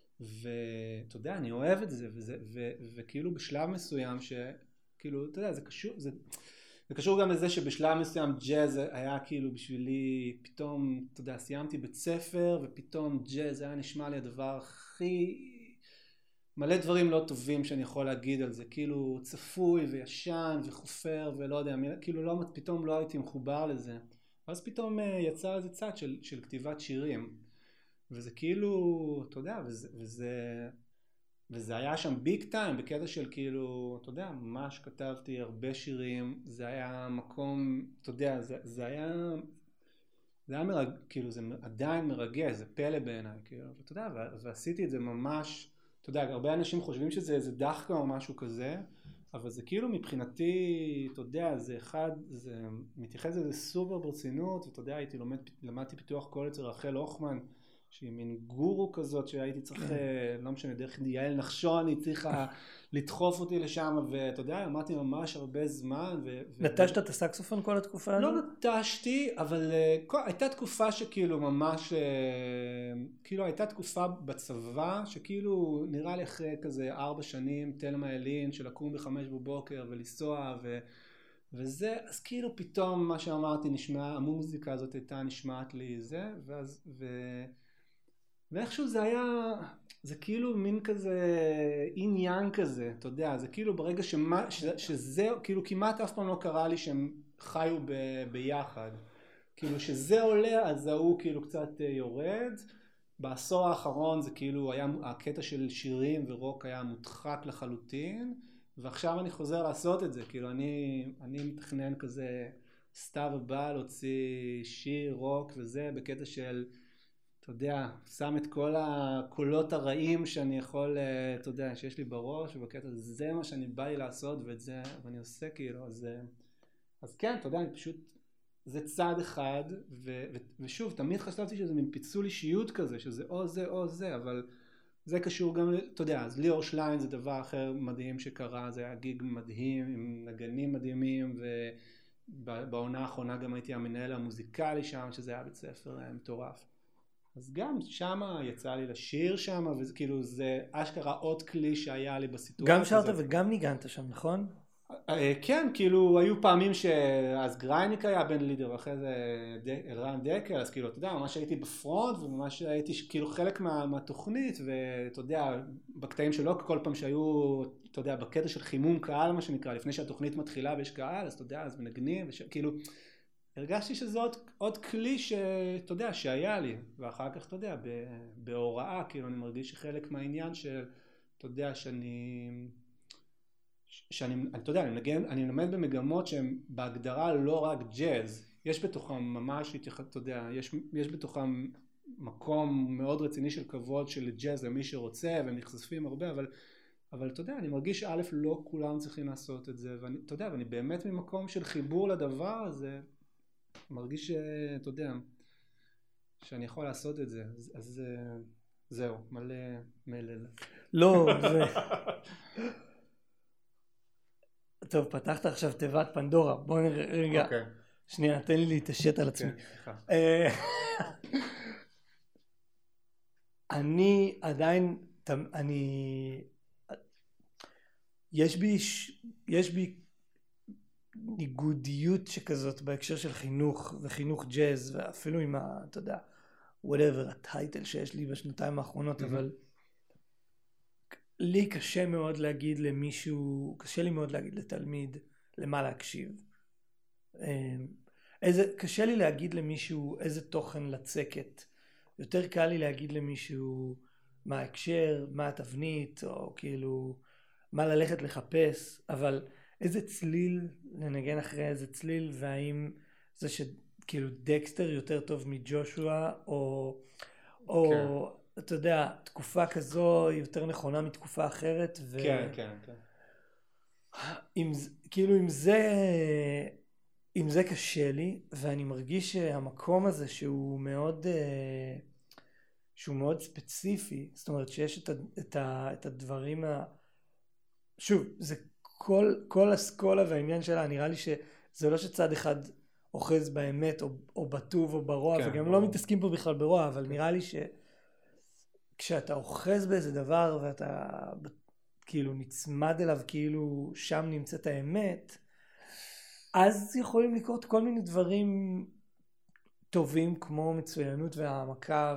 ואתה יודע, אני אוהב את זה, וזה, ו, וכאילו בשלב מסוים שכאילו, אתה יודע, זה קשור, זה, זה קשור גם לזה שבשלב מסוים ג'אז היה כאילו בשבילי, פתאום, אתה יודע, סיימתי בית ספר, ופתאום ג'אז היה נשמע לי הדבר הכי, מלא דברים לא טובים שאני יכול להגיד על זה, כאילו צפוי וישן וחופר ולא יודע, כאילו לא, פתאום לא הייתי מחובר לזה, ואז פתאום יצא איזה צד של, של כתיבת שירים, וזה כאילו, אתה יודע, וזה, וזה, וזה היה שם ביג טיים, בקטע של כאילו, אתה יודע, ממש כתבתי הרבה שירים, זה היה מקום, אתה יודע, זה, זה היה, זה היה מרג, כאילו, זה עדיין מרגש, זה פלא בעיניי, כאילו, ואתה יודע, ועשיתי את זה ממש, אתה יודע, הרבה אנשים חושבים שזה איזה דחקה או משהו כזה, אבל זה כאילו מבחינתי, אתה יודע, זה אחד, זה מתייחס לזה סופר ברצינות, ואתה יודע, הייתי לומד, למדתי פיתוח קול אצל רחל הוכמן, שהיא מין גורו כזאת שהייתי צריך, לא משנה, דרך יעל נחשון, היא צריכה לדחוף אותי לשם, ואתה יודע, למדתי ממש הרבה זמן. ו... נטשת את הסקסופון כל התקופה הזו? לא נטשתי, אבל uh, הייתה תקופה שכאילו ממש, uh, כאילו הייתה תקופה בצבא, שכאילו נראה לי אחרי כזה ארבע שנים, תלמה אלין, של לקום בחמש בבוקר ולנסוע, ו... וזה, אז כאילו פתאום מה שאמרתי נשמע, המוזיקה הזאת הייתה נשמעת לי זה, ואז, ו... ואיכשהו זה היה, זה כאילו מין כזה עניין כזה, אתה יודע, זה כאילו ברגע שמה, ש, שזה, כאילו כמעט אף פעם לא קרה לי שהם חיו ב, ביחד, כאילו שזה עולה אז הוא כאילו קצת יורד, בעשור האחרון זה כאילו היה, הקטע של שירים ורוק היה מודחק לחלוטין, ועכשיו אני חוזר לעשות את זה, כאילו אני, אני מתכנן כזה סתיו הבא להוציא שיר, רוק וזה, בקטע של, אתה יודע, שם את כל הקולות הרעים שאני יכול, אתה יודע, שיש לי בראש, ובקטע זה מה שאני בא לי לעשות, ואת זה, ואני עושה כאילו, אז, אז כן, אתה יודע, אני פשוט, זה צד אחד, ו, ו, ושוב, תמיד חשבתי שזה מין פיצול אישיות כזה, שזה או זה או זה, אבל זה קשור גם, אתה יודע, אז ליאור שליין זה דבר אחר מדהים שקרה, זה היה גיג מדהים, עם נגנים מדהימים, ובעונה האחרונה גם הייתי המנהל המוזיקלי שם, שזה היה בית ספר מטורף. אז גם שמה יצא לי לשיר שמה, וכאילו זה אשכרה עוד כלי שהיה לי בסיטואציה. גם שרת וגם ניגנת שם, נכון? כן, כאילו היו פעמים שאז גרייניק היה בן לידר, אחרי זה אלרן דקל, אז כאילו, אתה יודע, ממש הייתי בפרונט, וממש הייתי כאילו חלק מה, מהתוכנית, ואתה יודע, בקטעים שלו, כל פעם שהיו, אתה יודע, בקטע של חימום קהל, מה שנקרא, לפני שהתוכנית מתחילה ויש קהל, אז אתה יודע, אז מנגנים, וכאילו, הרגשתי שזה עוד, עוד כלי שאתה יודע, שהיה לי, ואחר כך, אתה יודע, בהוראה, כאילו, אני מרגיש שחלק מהעניין של, אתה יודע, שאני... שאני, אתה יודע, אני מנגן, אני מלמד במגמות שהן בהגדרה לא רק ג'אז, יש בתוכם ממש, אתה יודע, יש, יש בתוכם מקום מאוד רציני של כבוד של ג'אז למי שרוצה, והם נחשפים הרבה, אבל, אבל אתה יודע, אני מרגיש שא' לא כולם צריכים לעשות את זה, ואני, אתה יודע, ואני באמת ממקום של חיבור לדבר הזה, מרגיש, אתה יודע, שאני יכול לעשות את זה, אז, אז זהו, מלא מלל. לא, זה... טוב, פתחת עכשיו תיבת פנדורה, בוא נראה, רגע, okay. שנייה, תן לי להתעשת על עצמי. Okay, אני עדיין, אני, יש בי, יש בי ניגודיות שכזאת בהקשר של חינוך וחינוך ג'אז, ואפילו עם ה, אתה יודע, whatever, הטייטל שיש לי בשנתיים האחרונות, mm-hmm. אבל לי קשה מאוד להגיד למישהו, קשה לי מאוד להגיד לתלמיד למה להקשיב. איזה, קשה לי להגיד למישהו איזה תוכן לצקת. יותר קל לי להגיד למישהו מה ההקשר, מה התבנית, או כאילו מה ללכת לחפש, אבל איזה צליל לנגן אחרי איזה צליל, והאם זה שכאילו דקסטר יותר טוב מג'ושוע, או... או כן. אתה יודע, תקופה כזו היא יותר נכונה מתקופה אחרת, ו... כן, כן, כן. עם, כאילו עם זה, עם זה קשה לי, ואני מרגיש שהמקום הזה שהוא מאוד, שהוא מאוד ספציפי, זאת אומרת שיש את, ה, את, ה, את הדברים, ה... שוב, זה כל, כל אסכולה והעניין שלה, נראה לי שזה לא שצד אחד אוחז באמת, או, או בטוב או ברוע, כן, וגם או... לא מתעסקים פה בכלל ברוע, אבל כן. נראה לי ש... כשאתה אוחז באיזה דבר ואתה כאילו נצמד אליו כאילו שם נמצאת האמת, אז יכולים לקרות כל מיני דברים טובים כמו מצוינות והעמקה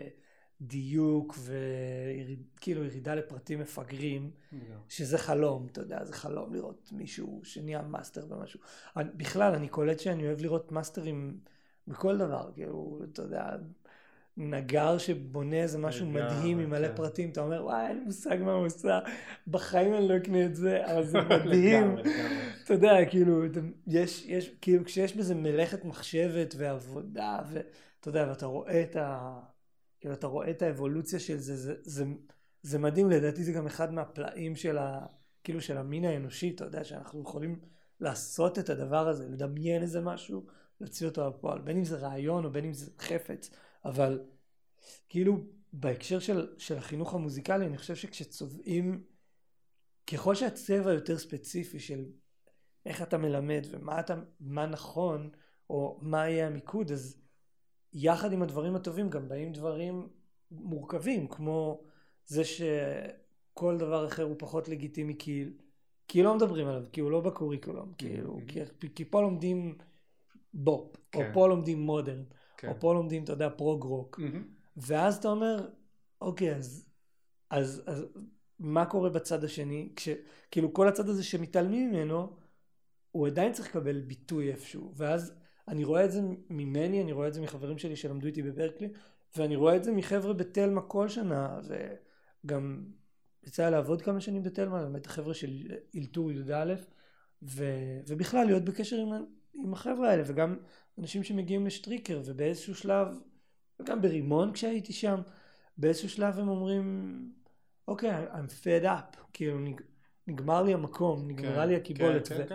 ודיוק וכאילו ירידה לפרטים מפגרים, שזה חלום, אתה יודע, זה חלום לראות מישהו שנהיה מאסטר במשהו. בכלל אני קולט שאני אוהב לראות מאסטרים בכל דבר, כאילו אתה יודע, נגר שבונה איזה משהו מדהים עם מלא פרטים, אתה אומר וואי אין לי מושג מה הוא עושה, בחיים אני לא אקנה את זה, אבל זה מדהים. אתה יודע, כאילו יש, יש, כאילו כשיש בזה מלאכת מחשבת ועבודה, ואתה יודע, ואתה רואה את ה, כאילו אתה רואה את האבולוציה של זה, זה, זה, זה מדהים. לדעתי זה גם אחד מהפלאים של ה, כאילו של המין האנושי, אתה יודע, שאנחנו יכולים לעשות את הדבר הזה, לדמיין איזה משהו, להוציא אותו לפועל, בין אם זה רעיון או בין אם זה חפץ. אבל כאילו בהקשר של, של החינוך המוזיקלי, אני חושב שכשצובעים, ככל שהצבע יותר ספציפי של איך אתה מלמד ומה אתה, מה נכון, או מה יהיה המיקוד, אז יחד עם הדברים הטובים גם באים דברים מורכבים, כמו זה שכל דבר אחר הוא פחות לגיטימי, כי, כי לא מדברים עליו, כי הוא לא בקוריקולום, כאילו, כי, כי פה לומדים בופ, כן. או פה לומדים מודרן. כן. או פה לומדים, אתה יודע, פרוג רוק. Mm-hmm. ואז אתה אומר, אוקיי, אז, אז, אז מה קורה בצד השני? כש, כאילו כל הצד הזה שמתעלמים ממנו, הוא עדיין צריך לקבל ביטוי איפשהו. ואז אני רואה את זה ממני, אני רואה את זה מחברים שלי שלמדו איתי בברקלי, ואני רואה את זה מחבר'ה בתלמה כל שנה, וגם יצא לעבוד כמה שנים בתלמה, באמת החבר'ה של אילתור י"א, ו, ובכלל להיות בקשר עם, עם החבר'ה האלה, וגם אנשים שמגיעים לשטריקר, ובאיזשהו שלב, וגם ברימון כשהייתי שם, באיזשהו שלב הם אומרים, אוקיי, I'm fed up, כאילו נגמר לי המקום, נגמרה לי הקיבולת,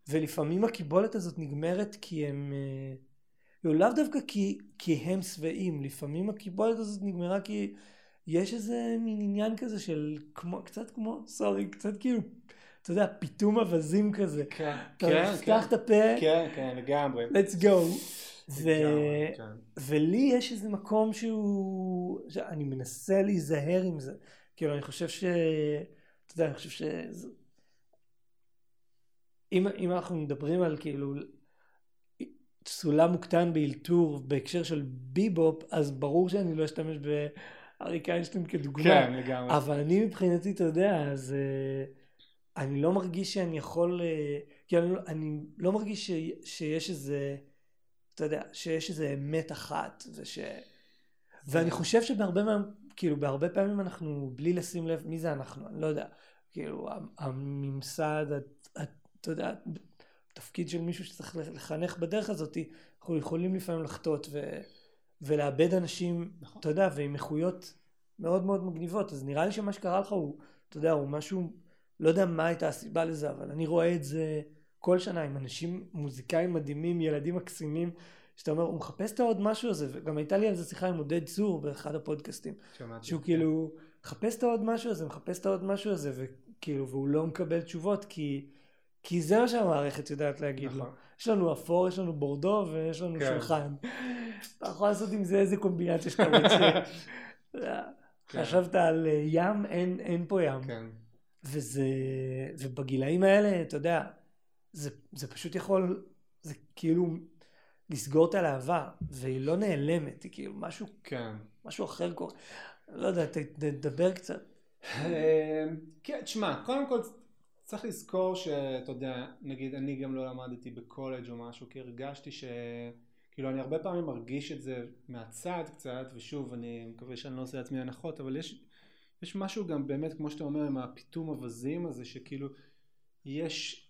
ולפעמים הקיבולת הזאת נגמרת כי הם, לא, לאו דווקא כי, כי הם שבעים, לפעמים הקיבולת הזאת נגמרה כי יש איזה מין עניין כזה של כמו, קצת כמו, סורי, קצת כאילו, אתה יודע, פיתום אבזים כזה. כן, אתה כן, מפתח כן. את הפה. כן, כן, לגמרי. let's go. ו... לגמרי, כן. ולי יש איזה מקום שהוא, אני מנסה להיזהר עם זה. כאילו, אני חושב ש... אתה יודע, אני חושב ש... אם, אם אנחנו מדברים על כאילו סולם מוקטן באלתור בהקשר של ביבופ, אז ברור שאני לא אשתמש באריק איינשטיין כדוגמה. כן, לגמרי. אבל אני מבחינתי, אתה יודע, אז uh, אני לא מרגיש שאני יכול, uh, כי אני, אני לא מרגיש ש, שיש איזה, אתה יודע, שיש איזה אמת אחת, וש... ואני חושב שבהרבה מה, כאילו, בהרבה פעמים אנחנו, בלי לשים לב, מי זה אנחנו? אני לא יודע. כאילו, הממסד, אתה יודע, תפקיד של מישהו שצריך לחנך בדרך הזאת, אנחנו יכולים לפעמים לחטות ו... ולאבד אנשים, נכון. אתה יודע, ועם איכויות מאוד מאוד מגניבות. אז נראה לי שמה שקרה לך הוא, אתה יודע, הוא משהו, לא יודע מה הייתה הסיבה לזה, אבל אני רואה את זה כל שנה עם אנשים, מוזיקאים מדהימים, ילדים מקסימים, שאתה אומר, הוא מחפש את העוד משהו הזה, וגם הייתה לי על זה שיחה עם עודד צור באחד הפודקאסטים, שמעתי, שהוא כן. כאילו, מחפש את העוד משהו הזה, מחפש את העוד משהו הזה, וכאילו, והוא לא מקבל תשובות, כי, כי זה מה שהמערכת יודעת להגיד נכון. לו. יש לנו אפור, יש לנו בורדו, ויש לנו כן. שולחן. אתה יכול לעשות עם זה איזה קומבינציה שאתה רוצה. כן. חשבת על ים, אין, אין פה ים. כן. וזה, ובגילאים האלה, אתה יודע, זה, זה פשוט יכול, זה כאילו לסגור את הלהבה, והיא לא נעלמת, היא כאילו משהו, כן. משהו אחר קורה. לא יודע, תדבר קצת. כן, תשמע, קודם כל צריך לזכור שאתה יודע, נגיד אני גם לא למדתי בקולג' או משהו, כי הרגשתי ש... כאילו אני הרבה פעמים מרגיש את זה מהצד קצת, ושוב אני מקווה שאני לא עושה לעצמי הנחות, אבל יש, יש משהו גם באמת, כמו שאתה אומר, עם הפיתום אבזים הזה, שכאילו יש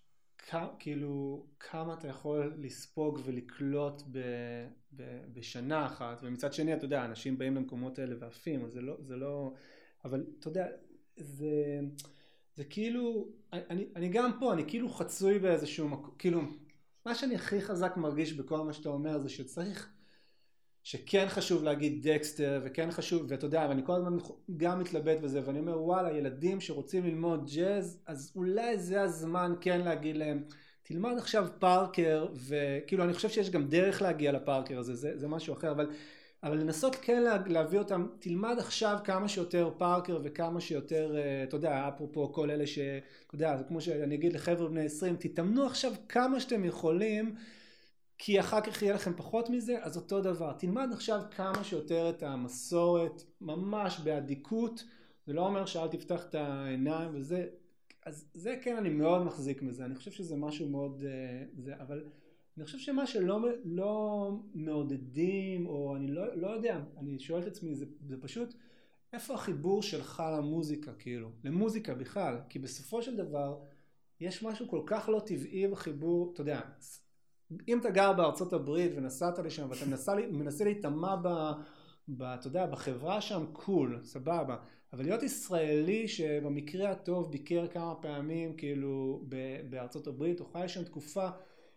כאילו כמה אתה יכול לספוג ולקלוט ב, ב, בשנה אחת, ומצד שני אתה יודע, אנשים באים למקומות האלה ועפים, אז זה לא, זה לא, אבל אתה יודע, זה, זה כאילו, אני, אני גם פה, אני כאילו חצוי באיזשהו מקום, כאילו, מה שאני הכי חזק מרגיש בכל מה שאתה אומר זה שצריך, שכן חשוב להגיד דקסטר וכן חשוב, ואתה יודע, ואני כל הזמן גם מתלבט בזה, ואני אומר וואלה, ילדים שרוצים ללמוד ג'אז, אז אולי זה הזמן כן להגיד להם, תלמד עכשיו פארקר, וכאילו אני חושב שיש גם דרך להגיע לפארקר הזה, זה, זה משהו אחר, אבל, אבל לנסות כן לה, להביא אותם, תלמד עכשיו כמה שיותר פארקר וכמה שיותר, אתה יודע, אפרופו כל אלה ש, אתה יודע, זה כמו שאני אגיד לחבר'ה בני עשרים, תתאמנו עכשיו כמה שאתם יכולים, כי אחר כך יהיה לכם פחות מזה, אז אותו דבר. תלמד עכשיו כמה שיותר את המסורת, ממש בעדיקות, זה לא אומר שאל תפתח את העיניים וזה, אז זה כן אני מאוד מחזיק מזה, אני חושב שזה משהו מאוד, זה, אבל אני חושב שמה שלא לא מעודדים, או אני לא, לא יודע, אני שואל את עצמי, זה, זה פשוט, איפה החיבור שלך למוזיקה, כאילו, למוזיקה בכלל, כי בסופו של דבר, יש משהו כל כך לא טבעי בחיבור, אתה יודע, אם אתה גר בארצות הברית ונסעת לשם ואתה מנסה, מנסה להתאמה ב, ב, אתה יודע, בחברה שם, קול, סבבה. אבל להיות ישראלי שבמקרה הטוב ביקר כמה פעמים כאילו בארצות הברית, או חי שם תקופה,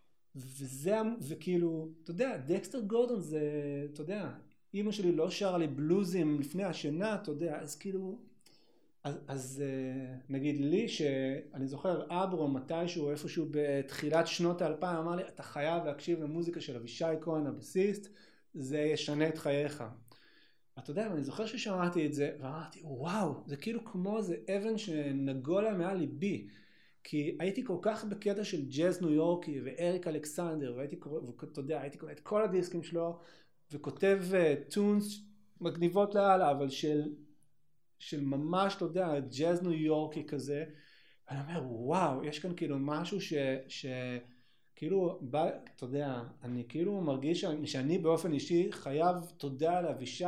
וזה, וכאילו, אתה יודע, דקסטר גורדון זה, אתה יודע, אמא שלי לא שרה לי בלוזים לפני השינה, אתה יודע, אז כאילו, אז, אז נגיד לי שאני זוכר אברו מתישהו איפשהו בתחילת שנות האלפיים אמר לי אתה חייב להקשיב למוזיקה של אבישי כהן הבסיסט, זה ישנה את חייך. אתה יודע, אני זוכר ששמעתי את זה ואמרתי וואו, זה כאילו כמו זה אבן שנגולה מעל ליבי, כי הייתי כל כך בקטע של ג'אז ניו יורקי ואריק אלכסנדר, והייתי קורא, ואתה יודע, הייתי קורא את כל הדיסקים שלו וכותב טונס מגניבות לאללה, אבל של של ממש, אתה יודע, ג'אז ניו יורקי כזה, ואני אומר, וואו, יש כאן כאילו משהו ש, ש כאילו, בא, אתה יודע, אני כאילו מרגיש שאני באופן אישי חייב תודה לאבישי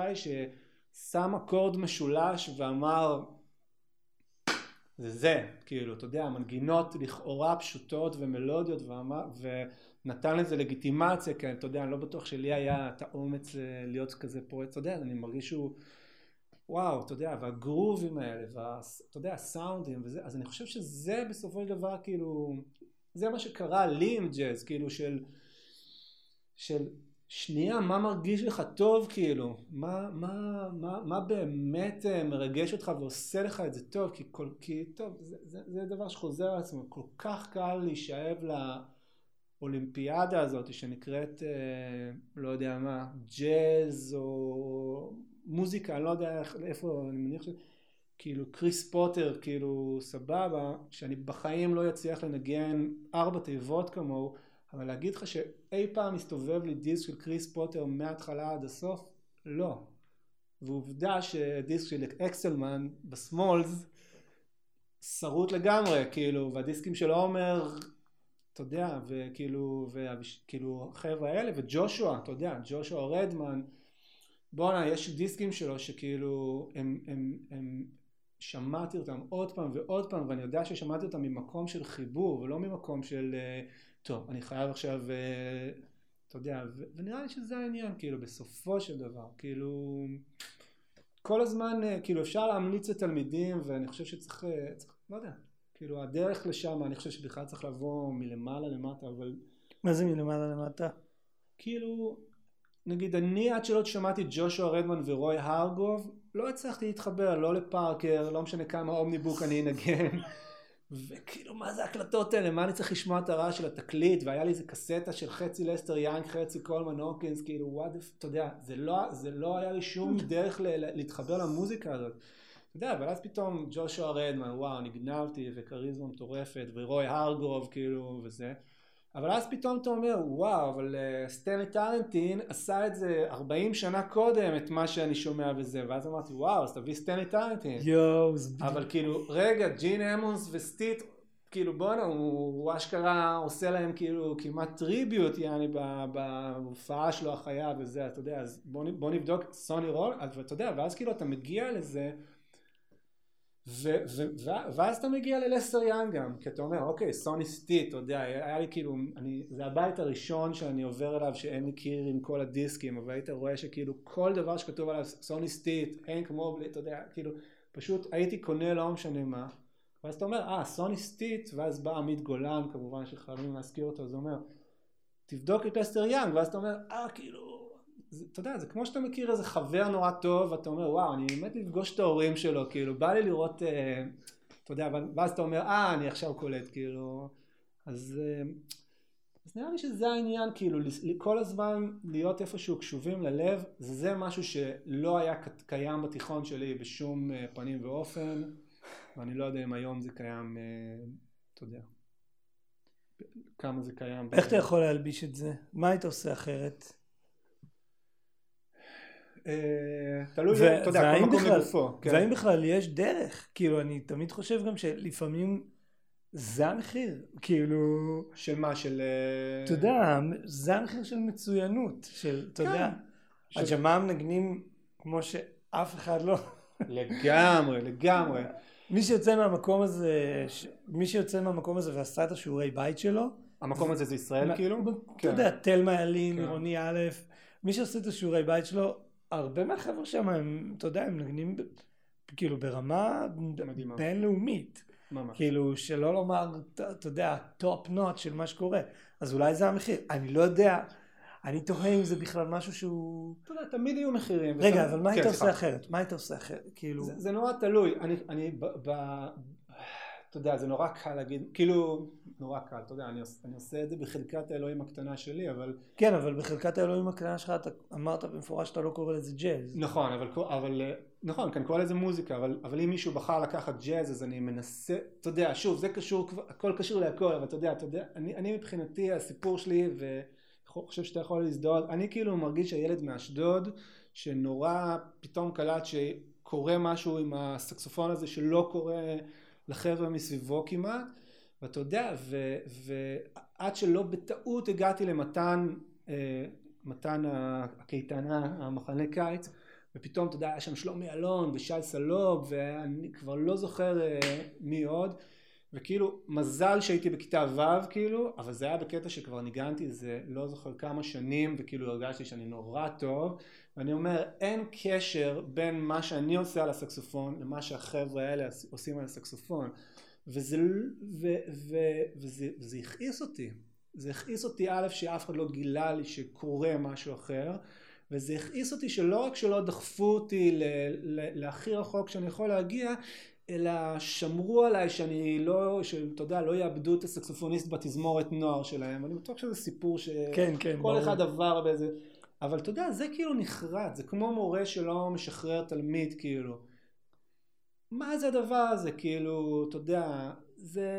ששם אקורד משולש ואמר, זה זה, כאילו, אתה יודע, מנגינות לכאורה פשוטות ומלודיות, ואמר, ונתן לזה לגיטימציה, כי אתה יודע, אני לא בטוח שלי היה את האומץ להיות כזה פורץ, אתה יודע, אני מרגיש שהוא, וואו, אתה יודע, והגרובים האלה, ואתה יודע, הסאונדים וזה, אז אני חושב שזה בסופו של דבר כאילו, זה מה שקרה לי עם ג'אז, כאילו של, של שנייה, מה מרגיש לך טוב, כאילו, מה, מה, מה, מה באמת מרגש אותך ועושה לך את זה טוב, כי, כל, כי טוב, זה, זה, זה דבר שחוזר על עצמו, כל כך קל להישאב לאולימפיאדה הזאת שנקראת, לא יודע מה, ג'אז או מוזיקה, אני לא יודע איפה, אני מניח ש... כאילו קריס פוטר, כאילו סבבה, שאני בחיים לא יצליח לנגן ארבע תיבות כמוהו, אבל להגיד לך שאי פעם מסתובב לי דיסק של קריס פוטר מההתחלה עד הסוף? לא. ועובדה שדיסק של אקסלמן בסמולס שרוט לגמרי, כאילו, והדיסקים של עומר, אתה יודע, וכאילו, וכאילו החבר'ה האלה, וג'ושוע, אתה יודע, ג'ושוע רדמן, בואנה, יש דיסקים שלו שכאילו, הם, הם, הם, שמעתי אותם עוד פעם ועוד פעם, ואני יודע ששמעתי אותם ממקום של חיבור, ולא ממקום של, טוב, אני חייב עכשיו, אתה יודע, ונראה לי שזה העניין, כאילו, בסופו של דבר, כאילו, כל הזמן, כאילו, אפשר להמליץ לתלמידים, ואני חושב שצריך, צריך, לא יודע, כאילו, הדרך לשם, אני חושב שבכלל צריך לבוא מלמעלה למטה, אבל... מה זה מלמעלה למטה? כאילו, נגיד, אני עד שלא שמעתי ג'ושוע רדמן ורוי הרגוב, לא הצלחתי להתחבר, לא לפארקר, לא משנה כמה אומניבוק אני אנגן, וכאילו מה זה הקלטות האלה, מה אני צריך לשמוע את הרעש של התקליט, והיה לי איזה קסטה של חצי לסטר יאנג, חצי קולמן הוקינס, כאילו וואט, אתה יודע, זה לא, זה לא היה לי שום דרך להתחבר למוזיקה הזאת, אתה יודע, אבל אז פתאום ג'ושוע רדמן, וואו, נגנבתי, וקריזמה מטורפת, ורוי הרגוב, כאילו, וזה, אבל אז פתאום אתה אומר, וואו, אבל uh, סטנלי טרנטין עשה את זה ארבעים שנה קודם, את מה שאני שומע וזה, ואז אמרתי, וואו, אז תביא סטנלי טרנטין. יואו, זה... אבל כאילו, רגע, ג'ין אמונס וסטיט, כאילו בונה, הוא, הוא אשכרה עושה להם כאילו כמעט טריביוט, יעני, בהופעה שלו החיה וזה, אתה יודע, אז בוא, בוא נבדוק סוני רול, ואתה יודע, ואז כאילו אתה מגיע לזה, ו- ו- ו- ואז אתה מגיע ללסטר יאנג גם, כי אתה אומר, אוקיי, סוני סטיט, אתה יודע, היה לי כאילו, אני, זה הבית הראשון שאני עובר אליו, שאין לי קיר עם כל הדיסקים, אבל היית רואה שכאילו כל דבר שכתוב עליו, סוני סטיט, הנק מובלי, אתה יודע, כאילו, פשוט הייתי קונה לא משנה מה, ואז אתה אומר, אה, סוני סטיט, ואז בא עמית גולן, כמובן שחייבים להזכיר אותו, אז הוא אומר, תבדוק את לסטר יאנג, ואז אתה אומר, אה, כאילו, זה, אתה יודע, זה כמו שאתה מכיר איזה חבר נורא טוב, ואתה אומר, וואו, אני באמת לפגוש את ההורים שלו, כאילו, בא לי לראות, אה, אתה יודע, ואז אתה אומר, אה, אני עכשיו קולט, כאילו, אז, אה, אז נראה לי שזה העניין, כאילו, כל הזמן להיות איפשהו קשובים ללב, זה משהו שלא היה קיים בתיכון שלי בשום אה, פנים ואופן, ואני לא יודע אם היום זה קיים, אה, אתה יודע, כמה זה קיים. איך אתה יכול להלביש את זה? מה היית עושה אחרת? תלוי, אתה יודע, כל מקום לגופו. והאם בכלל יש דרך? כאילו, אני תמיד חושב גם שלפעמים זה המחיר, כאילו... של מה? של... אתה יודע, זה המחיר של מצוינות, של, אתה יודע, הג'מאם נגנים כמו שאף אחד לא... לגמרי, לגמרי. מי שיוצא מהמקום הזה, מי שיוצא מהמקום הזה ועשה את השיעורי בית שלו... המקום הזה זה ישראל, כאילו? אתה יודע, תלמה ילין, עירוני א', מי שעושה את השיעורי בית שלו, הרבה מהחבר'ה שם, הם, אתה יודע, הם נגנים כאילו ברמה בינלאומית. ממש. כאילו, שלא לומר, אתה יודע, טופ נוט של מה שקורה. אז אולי זה המחיר. אני לא יודע, אני תוהה אם זה בכלל משהו שהוא... אתה יודע, תמיד יהיו מחירים. רגע, אבל מה היית עושה אחרת? מה היית עושה אחרת? כאילו... זה נורא תלוי. אני, אתה יודע, זה נורא קל להגיד, כאילו, נורא קל, אתה יודע, אני עושה, אני עושה את זה בחלקת האלוהים הקטנה שלי, אבל... כן, אבל בחלקת האלוהים הקטנה שלך, אתה אמרת במפורש שאתה לא קורא לזה ג'אז. נכון, אבל, אבל, נכון, כאן קורא לזה מוזיקה, אבל, אבל אם מישהו בחר לקחת ג'אז, אז אני מנסה, אתה יודע, שוב, זה קשור, הכל קשור להכל, אבל אתה יודע, אתה יודע, אני, אני מבחינתי, הסיפור שלי, וחושב שאתה יכול להזדהות, אני כאילו מרגיש שהילד מאשדוד, שנורא פתאום קלט שקורה משהו עם הסקסופון הזה, שלא קורה לחבר'ה מסביבו כמעט, ואתה יודע, ו, ועד שלא בטעות הגעתי למתן, אה, מתן הקייטנה, המחנה קיץ, ופתאום, אתה יודע, היה שם שלומי אלון ושי סלוב, ואני כבר לא זוכר אה, מי עוד, וכאילו, מזל שהייתי בכיתה ו', כאילו, אבל זה היה בקטע שכבר ניגנתי, זה לא זוכר כמה שנים, וכאילו הרגשתי שאני נורא טוב, ואני אומר, אין קשר בין מה שאני עושה על הסקסופון, למה שהחבר'ה האלה עושים על הסקסופון, וזה, ו, ו, וזה, וזה הכעיס אותי. זה הכעיס אותי א' שאף אחד לא גילה לי שקורה משהו אחר, וזה הכעיס אותי שלא רק שלא דחפו אותי ל, ל, להכי רחוק שאני יכול להגיע, אלא שמרו עליי שאני לא, שאתה יודע, לא יאבדו את הסקסופוניסט בתזמורת נוער שלהם. אני בטוח שזה סיפור שכל כן, כן, אחד עבר באיזה... אבל אתה יודע, זה כאילו נחרד, זה כמו מורה שלא משחרר תלמיד, כאילו. מה זה הדבר הזה? כאילו, אתה יודע, זה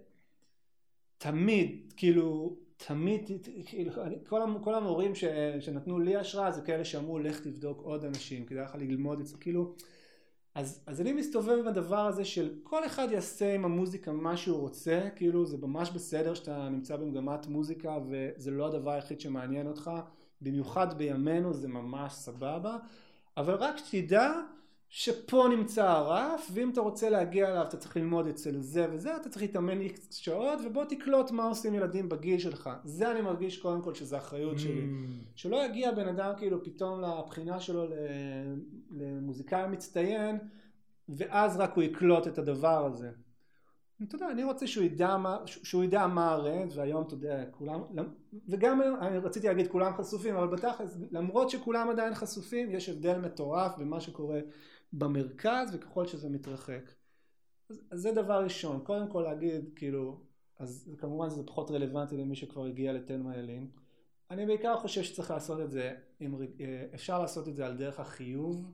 תמיד, כאילו, תמיד, כאילו, כל, כל המורים ש, שנתנו לי השראה, זה כאלה שאמרו, לך תבדוק עוד אנשים, כדאי לך ללמוד את זה, כאילו, אז, אז אני מסתובב עם הדבר הזה של כל אחד יעשה עם המוזיקה מה שהוא רוצה, כאילו, זה ממש בסדר שאתה נמצא במגמת מוזיקה, וזה לא הדבר היחיד שמעניין אותך, במיוחד בימינו זה ממש סבבה, אבל רק שתדע שפה נמצא הרף, ואם אתה רוצה להגיע אליו אתה צריך ללמוד אצל זה וזה, אתה צריך להתאמן איקס שעות, ובוא תקלוט מה עושים ילדים בגיל שלך. זה אני מרגיש קודם כל שזה אחריות שלי. שלא יגיע בן אדם כאילו פתאום לבחינה שלו למוזיקאי מצטיין, ואז רק הוא יקלוט את הדבר הזה. אתה יודע, אני רוצה שהוא ידע מה, שהוא ידע מה הרנט, והיום אתה יודע, כולם, וגם אני רציתי להגיד כולם חשופים, אבל בתכלס, למרות שכולם עדיין חשופים, יש הבדל מטורף במה שקורה במרכז, וככל שזה מתרחק. אז, אז זה דבר ראשון, קודם כל להגיד, כאילו, אז כמובן זה פחות רלוונטי למי שכבר הגיע לתלמה ילין. אני בעיקר חושב שצריך לעשות את זה, עם, אפשר לעשות את זה על דרך החיוב,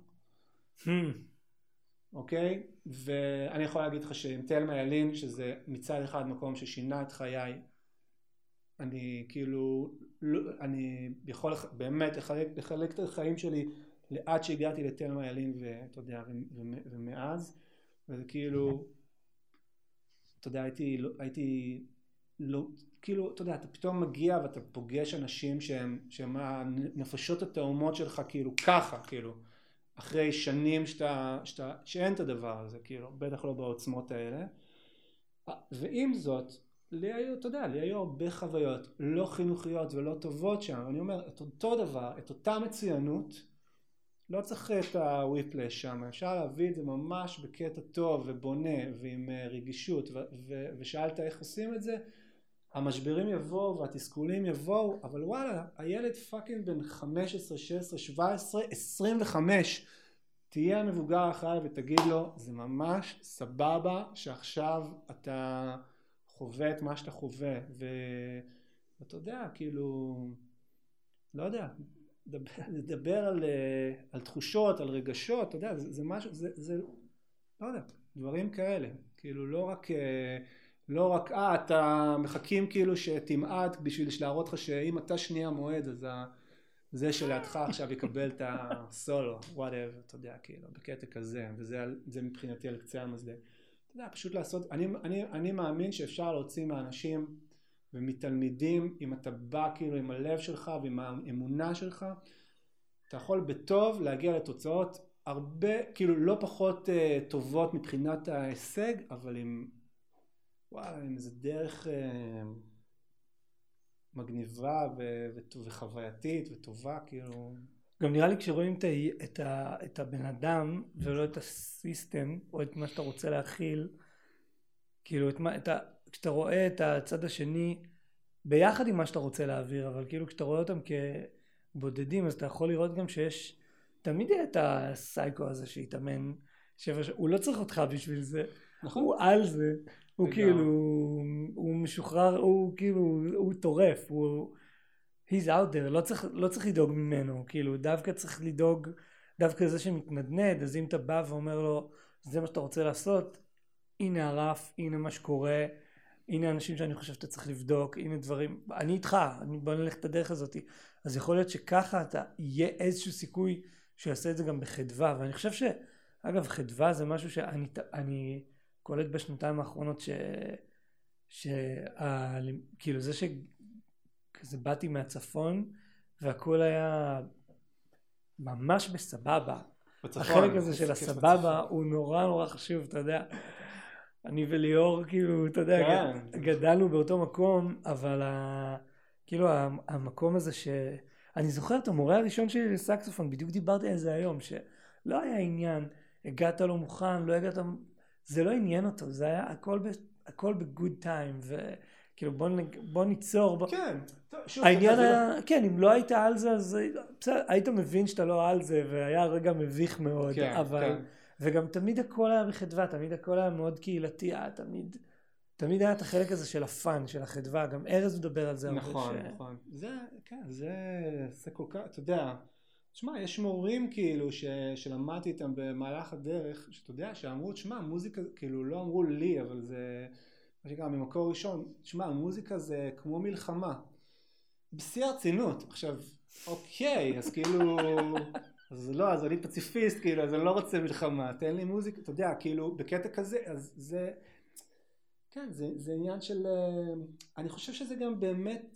אוקיי? ואני יכול להגיד לך שעם תלמה ילין, שזה מצד אחד מקום ששינה את חיי, אני כאילו, לא, אני יכול באמת לחלק, לחלק את החיים שלי לעד שהגעתי לתלמה ילין, ואתה יודע, ומאז, וזה כאילו, אתה יודע, הייתי, הייתי, לא, כאילו, אתה יודע, אתה פתאום מגיע ואתה פוגש אנשים שהם, שהם הנפשות התאומות שלך, כאילו, ככה, כאילו, אחרי שנים שאתה, שאתה, שאין את הדבר הזה, כאילו, בטח לא בעוצמות האלה. ועם זאת, לי היו, אתה יודע, לי היו הרבה חוויות לא חינוכיות ולא טובות שם. אני אומר, את אותו דבר, את אותה מצוינות, לא צריך את הוויפלש שם, אפשר להביא את זה ממש בקטע טוב ובונה ועם רגישות, ו- ו- ושאלת איך עושים את זה, המשברים יבואו והתסכולים יבואו, אבל וואלה, הילד פאקינג בן חמש עשרה, שש עשרה, שבע עשרה, עשרים וחמש, תהיה המבוגר אחרי ותגיד לו, זה ממש סבבה שעכשיו אתה חווה את מה שאתה חווה, ואתה יודע, כאילו, לא יודע, לדבר על, על תחושות, על רגשות, אתה יודע, זה, זה משהו, זה, זה, לא יודע, דברים כאלה, כאילו לא רק... לא רק, אה, אתה מחכים כאילו שתמעט בשביל להראות לך שאם אתה שנייה מועד, אז זה שלידך עכשיו יקבל את הסולו, whatever, אתה יודע, כאילו, בקטע כזה, וזה זה מבחינתי על קצה המזלג. אתה יודע, פשוט לעשות, אני, אני, אני מאמין שאפשר להוציא מאנשים ומתלמידים, אם אתה בא כאילו עם הלב שלך ועם האמונה שלך, אתה יכול בטוב להגיע לתוצאות הרבה, כאילו לא פחות uh, טובות מבחינת ההישג, אבל עם... וואלה, עם איזה דרך אה, מגניבה ו- ו- וחווייתית וטובה, כאילו... גם נראה לי כשרואים את, ה- את, ה- את הבן אדם ולא את הסיסטם, או את מה שאתה רוצה להכיל, כאילו, את מה, את ה- כשאתה רואה את הצד השני ביחד עם מה שאתה רוצה להעביר, אבל כאילו כשאתה רואה אותם כבודדים, אז אתה יכול לראות גם שיש, תמיד יהיה את הסייקו הזה שהתאמן, שבע ש... הוא לא צריך אותך בשביל זה, נכון. הוא על זה. הוא כאילו, הוא משוחרר, הוא כאילו, הוא טורף, הוא, he's out there, לא צריך, לא צריך לדאוג ממנו, כאילו, דווקא צריך לדאוג, דווקא זה שמתנדנד, אז אם אתה בא ואומר לו, זה מה שאתה רוצה לעשות, הנה הרף, הנה מה שקורה, הנה אנשים שאני חושב שאתה צריך לבדוק, הנה דברים, אני איתך, אני בוא נלך את הדרך הזאת, אז יכול להיות שככה אתה, יהיה איזשהו סיכוי שיעשה את זה גם בחדווה, ואני חושב שאגב, חדווה זה משהו שאני, אני, קולט בשנתיים האחרונות ש... ש... ה... כאילו זה שכזה באתי מהצפון והכל היה ממש בסבבה. בצפון, החלק הזה של הסבבה הוא נורא נורא חשוב, אתה יודע. אני וליאור כאילו, אתה יודע, כן. גדלנו באותו מקום, אבל ה... כאילו המקום הזה ש... אני זוכר את המורה הראשון שלי לסקסופון, בדיוק דיברתי על זה היום, שלא היה עניין, הגעת לא מוכן, לא הגעת... זה לא עניין אותו, זה היה הכל, ב, הכל בגוד טיים, וכאילו בוא, בוא ניצור, בוא... כן, שוב, העניין היה, לא... כן, אם לא היית על זה, אז בסדר, היית מבין שאתה לא על זה, והיה רגע מביך מאוד, כן, אבל, כן. וגם תמיד הכל היה בחדווה, תמיד הכל היה מאוד קהילתי, היה תמיד, תמיד היה את החלק הזה של הפן, של החדווה, גם ארז מדבר על זה. נכון, ש... נכון, זה, כן, זה, זה כל כך, אתה יודע, תשמע, יש מורים כאילו ש, שלמדתי איתם במהלך הדרך, שאתה יודע, שאמרו, תשמע, מוזיקה, כאילו לא אמרו לי, אבל זה, מה שגם ממקור ראשון, תשמע, מוזיקה זה כמו מלחמה, בשיא הרצינות. עכשיו, אוקיי, אז כאילו, אז לא, אז אני פציפיסט, כאילו, אז אני לא רוצה מלחמה, תן לי מוזיקה, אתה יודע, כאילו, בקטע כזה, אז זה, כן, זה, זה עניין של, אני חושב שזה גם באמת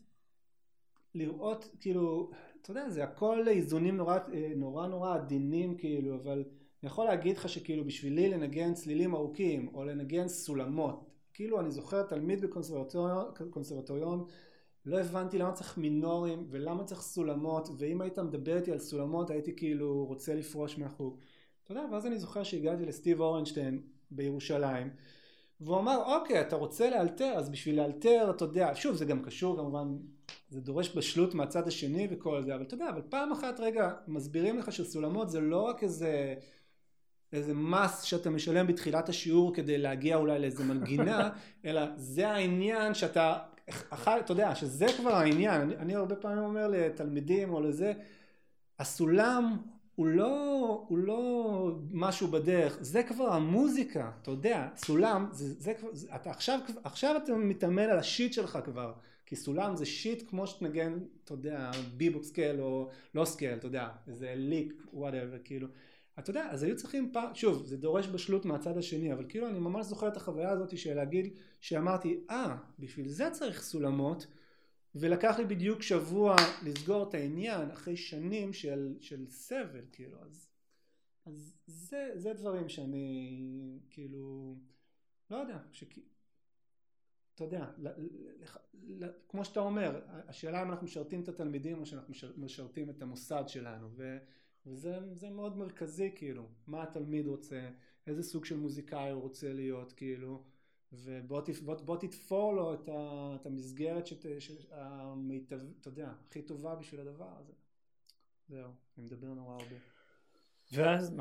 לראות, כאילו, אתה יודע, זה הכל איזונים נורא, נורא נורא עדינים, כאילו, אבל אני יכול להגיד לך שכאילו בשבילי לנגן צלילים ארוכים, או לנגן סולמות, כאילו אני זוכר תלמיד בקונסרבטוריון, לא הבנתי למה צריך מינורים, ולמה צריך סולמות, ואם היית מדבר איתי על סולמות, הייתי כאילו רוצה לפרוש מהחוג. אתה יודע, ואז אני זוכר שהגעתי לסטיב אורנשטיין בירושלים, והוא אמר, אוקיי, אתה רוצה לאלתר, אז בשביל לאלתר, אתה יודע, שוב, זה גם קשור, כמובן, זה דורש בשלות מהצד השני וכל זה, אבל אתה יודע, אבל פעם אחת, רגע, מסבירים לך שסולמות זה לא רק איזה, איזה מס שאתה משלם בתחילת השיעור כדי להגיע אולי לאיזה מנגינה, אלא זה העניין שאתה, אתה יודע, שזה כבר העניין. אני, אני הרבה פעמים אומר לתלמידים או לזה, הסולם הוא לא, הוא לא משהו בדרך, זה כבר המוזיקה, אתה יודע, סולם, זה, זה כבר, זה, אתה עכשיו, עכשיו אתה מתאמן על השיט שלך כבר, כי סולם זה שיט כמו שתנגן, אתה יודע, ביבוק סקייל או לא סקייל, אתה יודע, איזה ליק, whatever, כאילו, אתה יודע, אז היו צריכים פעם, שוב, זה דורש בשלות מהצד השני, אבל כאילו אני ממש זוכר את החוויה הזאת של להגיד, שאמרתי, אה, בשביל זה צריך סולמות, ולקח לי בדיוק שבוע לסגור את העניין אחרי שנים של, של סבל, כאילו, אז, אז זה, זה דברים שאני, כאילו, לא יודע, שכי, אתה יודע, ל, ל, ל, כמו שאתה אומר, השאלה אם אנחנו משרתים את התלמידים או שאנחנו משרתים את המוסד שלנו, ו, וזה זה מאוד מרכזי, כאילו, מה התלמיד רוצה, איזה סוג של מוזיקאי הוא רוצה להיות, כאילו, ובוא בוא, בוא תתפור לו את, ה, את המסגרת שת, שהמיטב, אתה יודע, הכי טובה בשביל הדבר הזה. זהו, אני מדבר נורא הרבה. ואז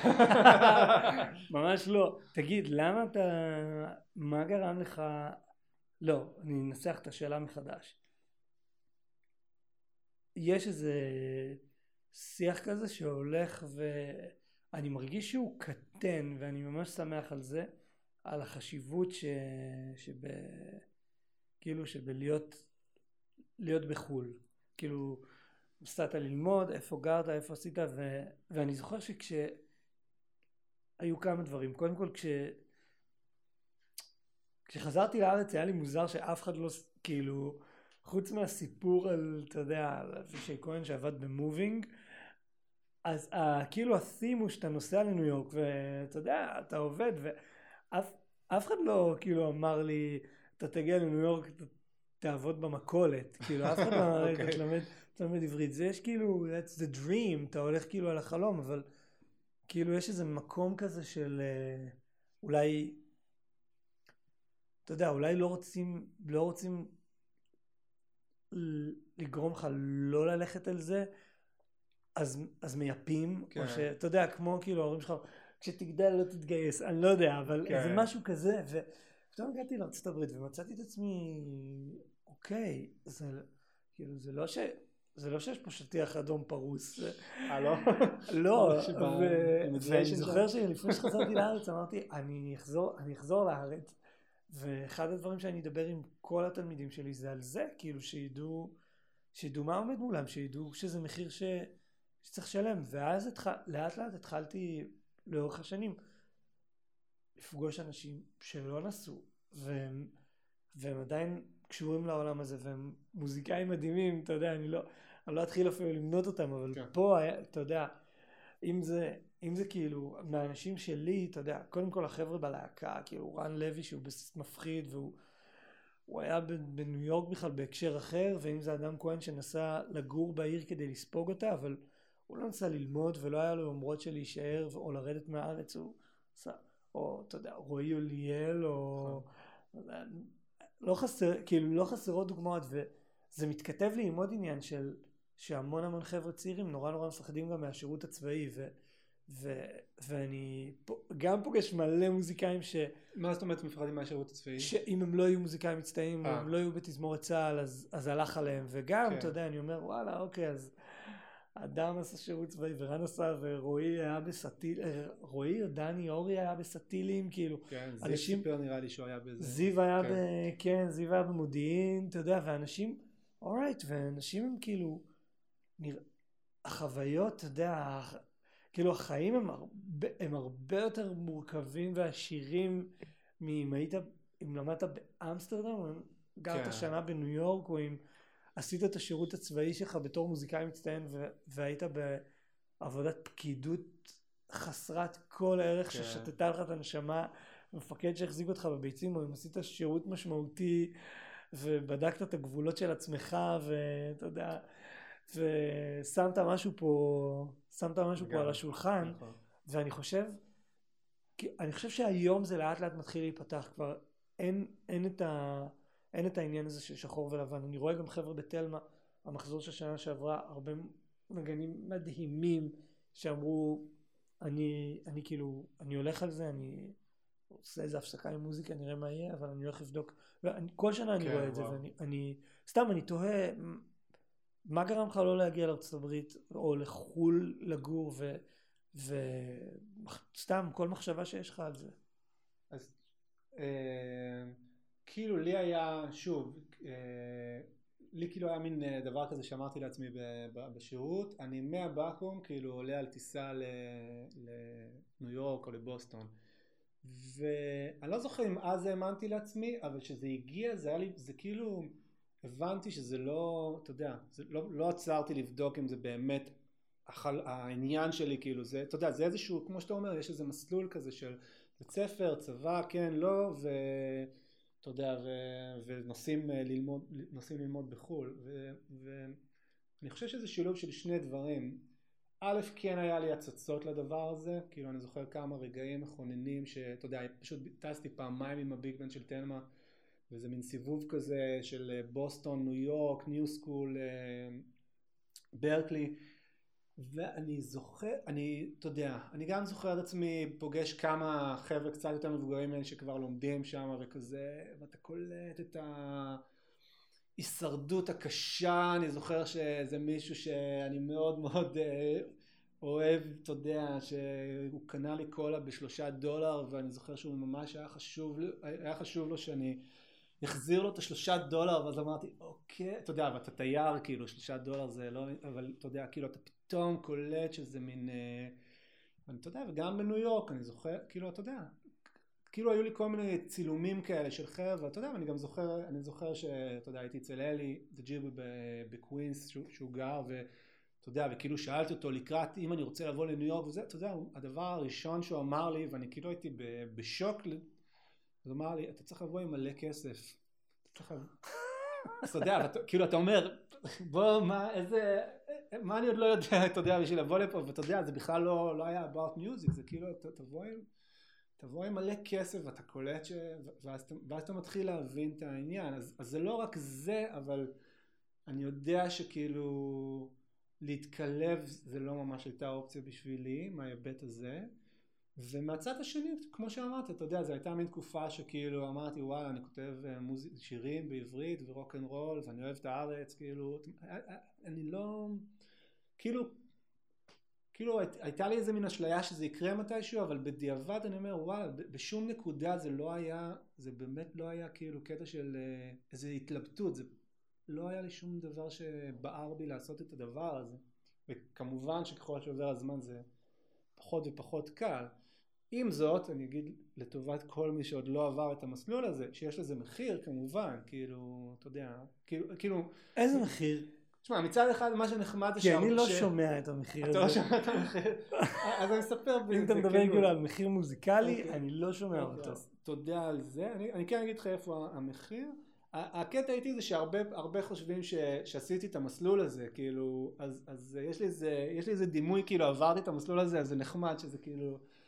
ממש לא. תגיד, למה אתה, מה גרם לך, לא, אני אנסח את השאלה מחדש. יש איזה שיח כזה שהולך ואני מרגיש שהוא קטן ואני ממש שמח על זה, על החשיבות ש... שב... כאילו שבלהיות להיות בחול, כאילו נסעת ללמוד, איפה גרת, איפה עשית, ו... ואני זוכר שכש... היו כמה דברים, קודם כל כש... כשחזרתי לארץ היה לי מוזר שאף אחד לא, כאילו, חוץ מהסיפור על, אתה יודע, על אבישי כהן שעבד במובינג, אז uh, כאילו התים הוא שאתה נוסע לניו יורק ואתה יודע, אתה עובד ואף אף אחד לא כאילו אמר לי, אתה תגיע לניו יורק, אתה תעבוד במקולת, כאילו אף אחד לא אמר לי, אתה תלמד, תלמד עברית, זה יש כאילו, that's the dream, אתה הולך כאילו על החלום, אבל כאילו יש איזה מקום כזה של uh, אולי, אתה יודע, אולי לא רוצים, לא רוצים לגרום לך לא ללכת על זה, אז, אז מייפים, כן. או שאתה יודע, כמו כאילו ההורים שלך, כשתגדל לא תתגייס, אני לא יודע, אבל כן. זה משהו כזה, ופתאום הגעתי לארצות הברית ומצאתי את עצמי, אוקיי, זה, כאילו, זה לא ש... זה לא שיש פה שטיח אדום פרוס. אה, לא? לא, ואני זוכר שלפני שחזרתי לארץ אמרתי, אני אחזור, אני אחזור לארץ, ואחד הדברים שאני אדבר עם כל התלמידים שלי זה על זה, כאילו שידעו, שידעו מה עומד מולם, שידעו שזה מחיר ש... שצריך לשלם, ואז התח... לאט לאט התחלתי לאורך השנים לפגוש אנשים שלא נסו, והם, והם עדיין קשורים לעולם הזה, והם מוזיקאים מדהימים, אתה יודע, אני לא, אני לא אתחיל אפילו למנות אותם, אבל כן. פה, אתה יודע, אם זה, אם זה כאילו, מהאנשים שלי, אתה יודע, קודם כל החבר'ה בלהקה, כאילו רן לוי שהוא בסיס מפחיד, והוא הוא היה בניו יורק בכלל בהקשר אחר, ואם זה אדם כהן שנסע לגור בעיר כדי לספוג אותה, אבל הוא לא נסע ללמוד, ולא היה לו אומרות של להישאר או לרדת מהארץ, הוא נסע, או, אתה יודע, רועי אוליאל, או... לא חסר, כאילו, לא חסרות דוגמאות, וזה מתכתב לי עם עוד עניין של, שהמון המון חבר'ה צעירים נורא נורא מפחדים גם מהשירות הצבאי, ו... ו... ואני גם פוגש מלא מוזיקאים ש... מה זאת אומרת מפחדים מהשירות הצבאי? שאם הם לא יהיו מוזיקאים מצטיינים, או הם לא יהיו בתזמורת צה"ל, אז, אז הלך עליהם, וגם, כן. אתה יודע, אני אומר, וואלה, אוקיי, אז אדם עשה שירות צבאי, ורן עשה, ורועי היה בסטיל, רועי או דני אורי היה בסטילים, כאילו, כן, זיו אנשים... סיפר נראה לי שהוא היה בזה. זיו היה כן. ב... כן, זיו היה במודיעין, אתה יודע, ואנשים, אורייט, ואנשים הם כאילו, נרא... החוויות, אתה יודע, כאילו החיים הם הרבה, הם הרבה יותר מורכבים ועשירים מאם היית, אם למדת באמסטרדם, או גרת כן. שנה בניו יורק, או אם עשית את השירות הצבאי שלך בתור מוזיקאי מצטיין, ו- והיית בעבודת פקידות חסרת כל ערך, כן. ששתתה לך את הנשמה, מפקד שהחזיק אותך בביצים, או אם עשית שירות משמעותי, ובדקת את הגבולות של עצמך, ואתה יודע... ושמת משהו פה, שמת משהו פה על השולחן, ואני חושב, אני חושב שהיום זה לאט לאט מתחיל להיפתח, כבר אין, אין את ה, אין את העניין הזה של שחור ולבן. אני רואה גם חבר'ה בתלמה, המחזור של שנה שעברה, הרבה נגנים מדהימים שאמרו, אני, אני כאילו, אני הולך על זה, אני עושה איזה הפסקה עם מוזיקה, נראה מה יהיה, אבל אני הולך לבדוק, וכל שנה אני רואה את זה, ואני, אני, סתם אני תוהה, מה גרם לך לא להגיע לארצות הברית או לחול לגור וסתם כל מחשבה שיש לך על זה? אז כאילו לי היה, שוב, לי כאילו היה מין דבר כזה שאמרתי לעצמי בשירות, אני מהבקו"ם כאילו עולה על טיסה לניו יורק או לבוסטון, ואני לא זוכר אם אז האמנתי לעצמי, אבל כשזה הגיע זה היה לי, זה כאילו... הבנתי שזה לא, אתה יודע, זה לא, לא עצרתי לבדוק אם זה באמת החל, העניין שלי, כאילו זה, אתה יודע, זה איזשהו, כמו שאתה אומר, יש איזה מסלול כזה של בית ספר, צבא, כן, לא, ואתה יודע, ו, ונוסעים ללמוד, נוסעים ללמוד בחול, ו, ואני חושב שזה שילוב של שני דברים. א', כן היה לי הצצות לדבר הזה, כאילו אני זוכר כמה רגעים מכוננים שאתה יודע, פשוט טסתי פעמיים עם הביג בנד של תלמה, וזה מין סיבוב כזה של בוסטון, ניו יורק, ניו סקול, ברקלי, ואני זוכר, אני, אתה יודע, אני גם זוכר את עצמי פוגש כמה חבר'ה קצת יותר מבוגרים מהם שכבר לומדים שם וכזה, ואתה קולט את ההישרדות הקשה. אני זוכר שזה מישהו שאני מאוד מאוד אוהב, אתה יודע, שהוא קנה לי קולה בשלושה דולר, ואני זוכר שהוא ממש היה חשוב, היה חשוב לו שאני החזיר לו את השלושה דולר, ואז אמרתי, אוקיי, אתה יודע, ואתה תייר, כאילו, שלושה דולר זה לא, אבל אתה יודע, כאילו, אתה פתאום קולט שזה מין, ואני, אתה יודע, וגם בניו יורק, אני זוכר, כאילו, אתה יודע, כאילו, היו לי כל מיני צילומים כאלה של חרב, ואתה יודע, ואני גם זוכר, אני זוכר שאתה יודע, הייתי אצל אלי, דג'יבי בקווינס, שהוא, שהוא גר, ואתה יודע, וכאילו, שאלתי אותו לקראת, אם אני רוצה לבוא לניו יורק, וזה, אתה יודע, הדבר הראשון שהוא אמר לי, ואני כאילו הייתי בשוק, אז הוא אמר לי, אתה צריך לבוא עם מלא כסף. אתה צריך לבוא... אז אתה יודע, כאילו אתה אומר, בוא, מה, איזה, מה אני עוד לא יודע, אתה יודע, בשביל לבוא לפה, ואתה יודע, זה בכלל לא, לא היה about music, זה כאילו, תבוא עם, תבוא עם מלא כסף, ואתה קולט ש... ואז, ואז אתה מתחיל להבין את העניין. אז, אז זה לא רק זה, אבל אני יודע שכאילו, להתקלב זה לא ממש הייתה אופציה בשבילי, מההיבט הזה. ומהצד השני, כמו שאמרת, אתה יודע, זו הייתה מין תקופה שכאילו אמרתי, וואלה, אני כותב מוזיק, שירים בעברית ורוק אנד רול, ואני אוהב את הארץ, כאילו, אני לא, כאילו, כאילו, הייתה לי איזה מין אשליה שזה יקרה מתישהו, אבל בדיעבד אני אומר, וואלה, בשום נקודה זה לא היה, זה באמת לא היה כאילו קטע של איזו התלבטות, זה לא היה לי שום דבר שבער בי לעשות את הדבר הזה, וכמובן שככל שעובר הזמן זה פחות ופחות קל. עם זאת, אני אגיד לטובת כל מי שעוד לא עבר את המסלול הזה, שיש לזה מחיר כמובן, כאילו, אתה יודע, כאילו, כאילו... איזה מחיר? תשמע, מצד אחד מה שנחמד זה שם... כי אני לא שומע את המחיר הזה. אתה לא שומע את המחיר? אז אני אספר... אם אתה מדבר כאילו על מחיר מוזיקלי, אני לא שומע אותו. תודה על זה. אני כן אגיד לך איפה המחיר. הקטע איתי זה שהרבה חושבים שעשיתי את המסלול הזה, כאילו, אז יש לי איזה דימוי, כאילו, עברתי את המסלול הזה, אז זה נחמד שזה כאילו...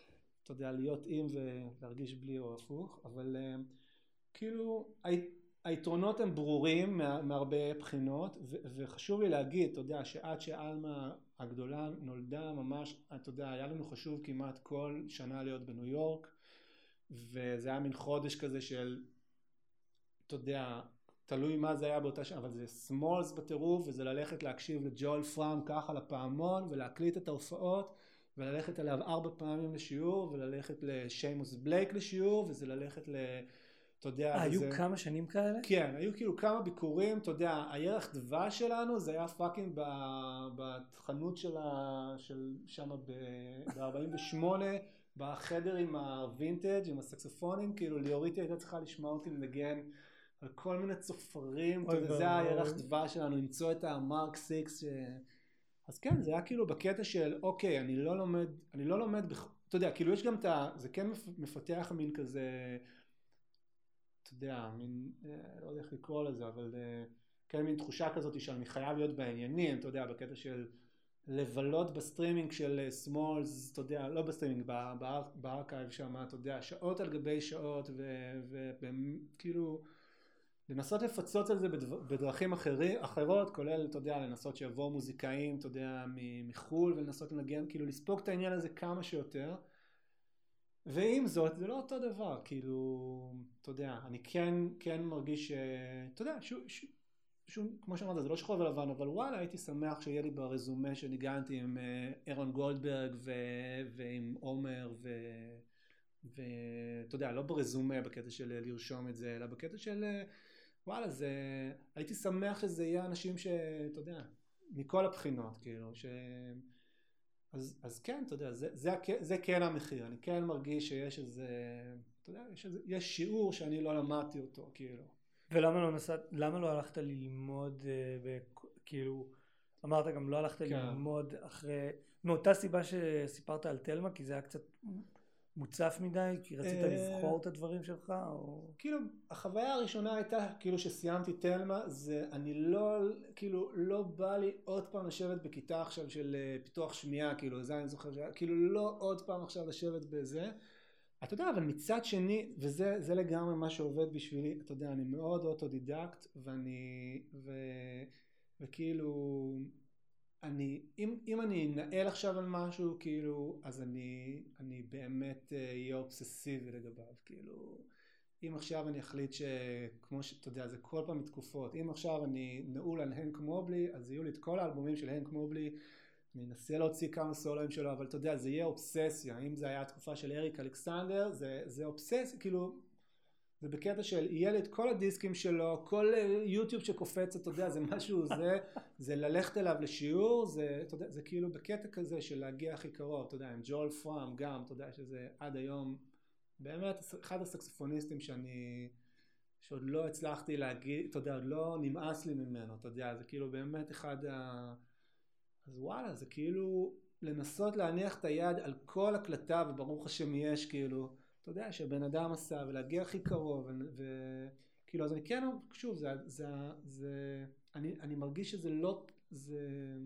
אתה יודע, להיות עם ולהרגיש בלי או הפוך, אבל כאילו היתרונות הם ברורים מהרבה בחינות, וחשוב לי להגיד, אתה יודע, שעד שאלמה הגדולה נולדה ממש, אתה יודע, היה לנו חשוב כמעט כל שנה להיות בניו יורק, וזה היה מין חודש כזה של, אתה יודע, תלוי מה זה היה באותה שנה, אבל זה סמולס בטירוף, וזה ללכת להקשיב לג'ול פראם ככה לפעמון, ולהקליט את ההופעות, וללכת עליו ארבע פעמים לשיעור, וללכת לשיימוס בלייק לשיעור, וזה ללכת ל... אתה יודע... היו וזה... כמה שנים כאלה? כן, היו כאילו כמה ביקורים, אתה יודע, הירח דבש שלנו, זה היה פאקינג בחנות שלה, של שם ב-ארבעים ושמונה, בחדר עם הווינטג', עם הסקסופונים, כאילו ליאוריתי הייתה צריכה לשמוע אותי לנגן על כל מיני צופרים, אתה יודע, זה הירח דבש שלנו, למצוא את המרק סיקס, ש... אז כן, זה היה כאילו בקטע של, אוקיי, אני לא לומד, אני לא לומד, בח... אתה יודע, כאילו יש גם את ה... זה כן מפתח מין כזה, אתה יודע, מין, לא יודע איך לקרוא לזה, אבל כן מין תחושה כזאת שאני חייב להיות בעניינים, אתה יודע, בקטע של לבלות בסטרימינג של סמולס, אתה יודע, לא בסטרימינג, בארכייב שם, אתה יודע, שעות על גבי שעות, וכאילו... לנסות לפצות על זה בדרכים אחרי, אחרות, כולל, אתה יודע, לנסות שיבואו מוזיקאים, אתה יודע, מחול, ולנסות לנגן, כאילו, לספוג את העניין הזה כמה שיותר. ועם זאת, זה לא אותו דבר, כאילו, אתה יודע, אני כן, כן מרגיש, אתה יודע, שוב, שוב, כמו שאמרת, זה לא שחור ולבן, אבל וואלה, הייתי שמח שיהיה לי ברזומה שניגנתי עם אירון גולדברג ו, ועם עומר ו... ואתה יודע, לא ברזומה בקטע של לרשום את זה, אלא בקטע של וואלה, זה, הייתי שמח שזה יהיה אנשים שאתה יודע, מכל הבחינות, כאילו, ש... אז, אז כן, אתה יודע, זה, זה, זה כן המחיר, אני כן מרגיש שיש איזה, אתה יודע, יש, איזה, יש שיעור שאני לא למדתי אותו, כאילו. ולמה לא נסעת, למה לא הלכת ללמוד, כאילו, אמרת גם לא הלכת כן. ללמוד אחרי, מאותה סיבה שסיפרת על תלמה, כי זה היה קצת... מוצף מדי, כי רצית לבחור את הדברים שלך, או... כאילו, החוויה הראשונה הייתה, כאילו שסיימתי תלמה, זה, אני לא, כאילו, לא בא לי עוד פעם לשבת בכיתה עכשיו של פיתוח שמיעה, כאילו, זה אני זוכר, כאילו, לא עוד פעם עכשיו לשבת בזה. אתה יודע, אבל מצד שני, וזה, זה לגמרי מה שעובד בשבילי, אתה יודע, אני מאוד אוטודידקט, ואני, ו, וכאילו... אני, אם, אם אני אנהל עכשיו על משהו, כאילו, אז אני, אני באמת אהיה אובססיבי לגביו, כאילו, אם עכשיו אני אחליט שכמו שאתה יודע, זה כל פעם מתקופות, אם עכשיו אני נעול על הנק מובלי, אז יהיו לי את כל האלבומים של הנק מובלי, אני אנסה להוציא כמה סולואים שלו, אבל אתה יודע, זה יהיה אובססיה, אם זה היה התקופה של אריק אלכסנדר, זה, זה אובססיה, כאילו, זה בקטע של יהיה לי את כל הדיסקים שלו, כל יוטיוב שקופץ, אתה יודע, זה משהו, זה, זה ללכת אליו לשיעור, זה, אתה יודע, זה כאילו בקטע כזה של להגיע הכי קרוב, אתה יודע, עם ג'ול פראם גם, אתה יודע, שזה עד היום, באמת, אחד הסקסופוניסטים שאני, שעוד לא הצלחתי להגיד, אתה יודע, עוד לא נמאס לי ממנו, אתה יודע, זה כאילו באמת אחד ה... אז וואלה, זה כאילו לנסות להניח את היד על כל הקלטה, וברוך השם יש, כאילו, אתה יודע, שבן אדם עשה, ולהגיע הכי קרוב, וכאילו, אז אני כן, שוב, זה, זה, זה, אני, אני מרגיש שזה לא, זה,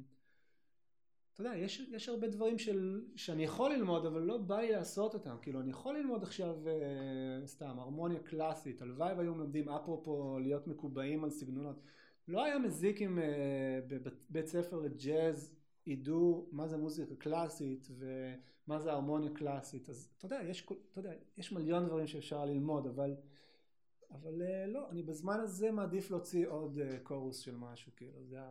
אתה יודע, יש, יש הרבה דברים של, שאני יכול ללמוד, אבל לא בא לי לעשות אותם, כאילו, אני יכול ללמוד עכשיו, סתם, הרמוניה קלאסית, הלוואי והיו מלמדים, אפרופו, להיות מקובעים על סגנונות, לא היה מזיק עם בבית ספר לג'אז, ידעו מה זה מוזיקה קלאסית ומה זה הרמוניה קלאסית, אז אתה יודע, יש, אתה יודע, יש מיליון דברים שאפשר ללמוד, אבל, אבל לא, אני בזמן הזה מעדיף להוציא עוד קורוס של משהו, כאילו, זה,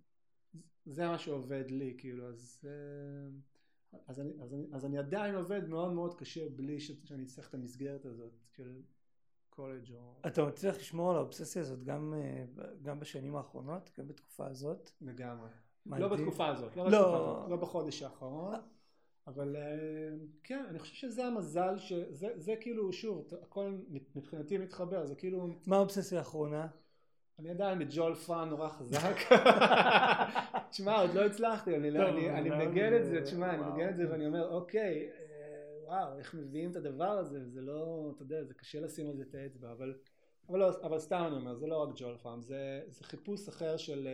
זה מה שעובד לי, כאילו, אז, אז, אני, אז, אני, אז אני עדיין עובד מאוד מאוד קשה בלי שאני צריך את המסגרת הזאת של קולג' או... אתה מצליח לשמור על האובססיה הזאת גם, גם בשנים האחרונות, גם בתקופה הזאת? לגמרי. לא בתקופה הזאת, לא, לא. בתקופה הזאת, לא בחודש האחרון, אבל כן, אני חושב שזה המזל, שזה זה כאילו, שוב, הכל מבחינתי מתחבר, זה כאילו... מה האובססיה האחרונה? אני עדיין בג'ול פראם נורא חזק. תשמע, עוד לא הצלחתי, אני, טוב, אני, אני מנגן את זה, תשמע, אני מנגן את זה ואני אומר, אוקיי, וואו, איך מביאים את הדבר הזה, זה לא, אתה יודע, זה קשה לשים על זה את האצבע, אבל, אבל, לא, אבל סתם אני אומר, זה לא רק ג'ול פראם, זה, זה חיפוש אחר של...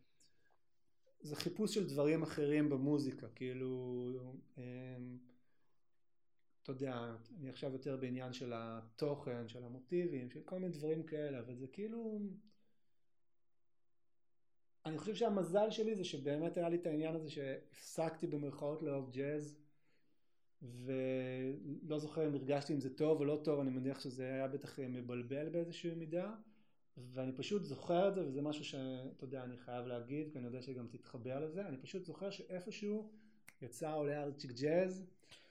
זה חיפוש של דברים אחרים במוזיקה, כאילו, אתה יודע, אני עכשיו יותר בעניין של התוכן, של המוטיבים, של כל מיני דברים כאלה, אבל זה כאילו, אני חושב שהמזל שלי זה שבאמת היה לי את העניין הזה שהפסקתי במרכאות לאהוב ג'אז, ולא זוכר אם הרגשתי אם זה טוב או לא טוב, אני מניח שזה היה בטח מבלבל באיזושהי מידה, ואני פשוט זוכר את זה, וזה משהו שאתה יודע, אני חייב להגיד, כי אני יודע שגם תתחבר לזה, אני פשוט זוכר שאיפשהו יצא עולה ארצ'יק ג'אז,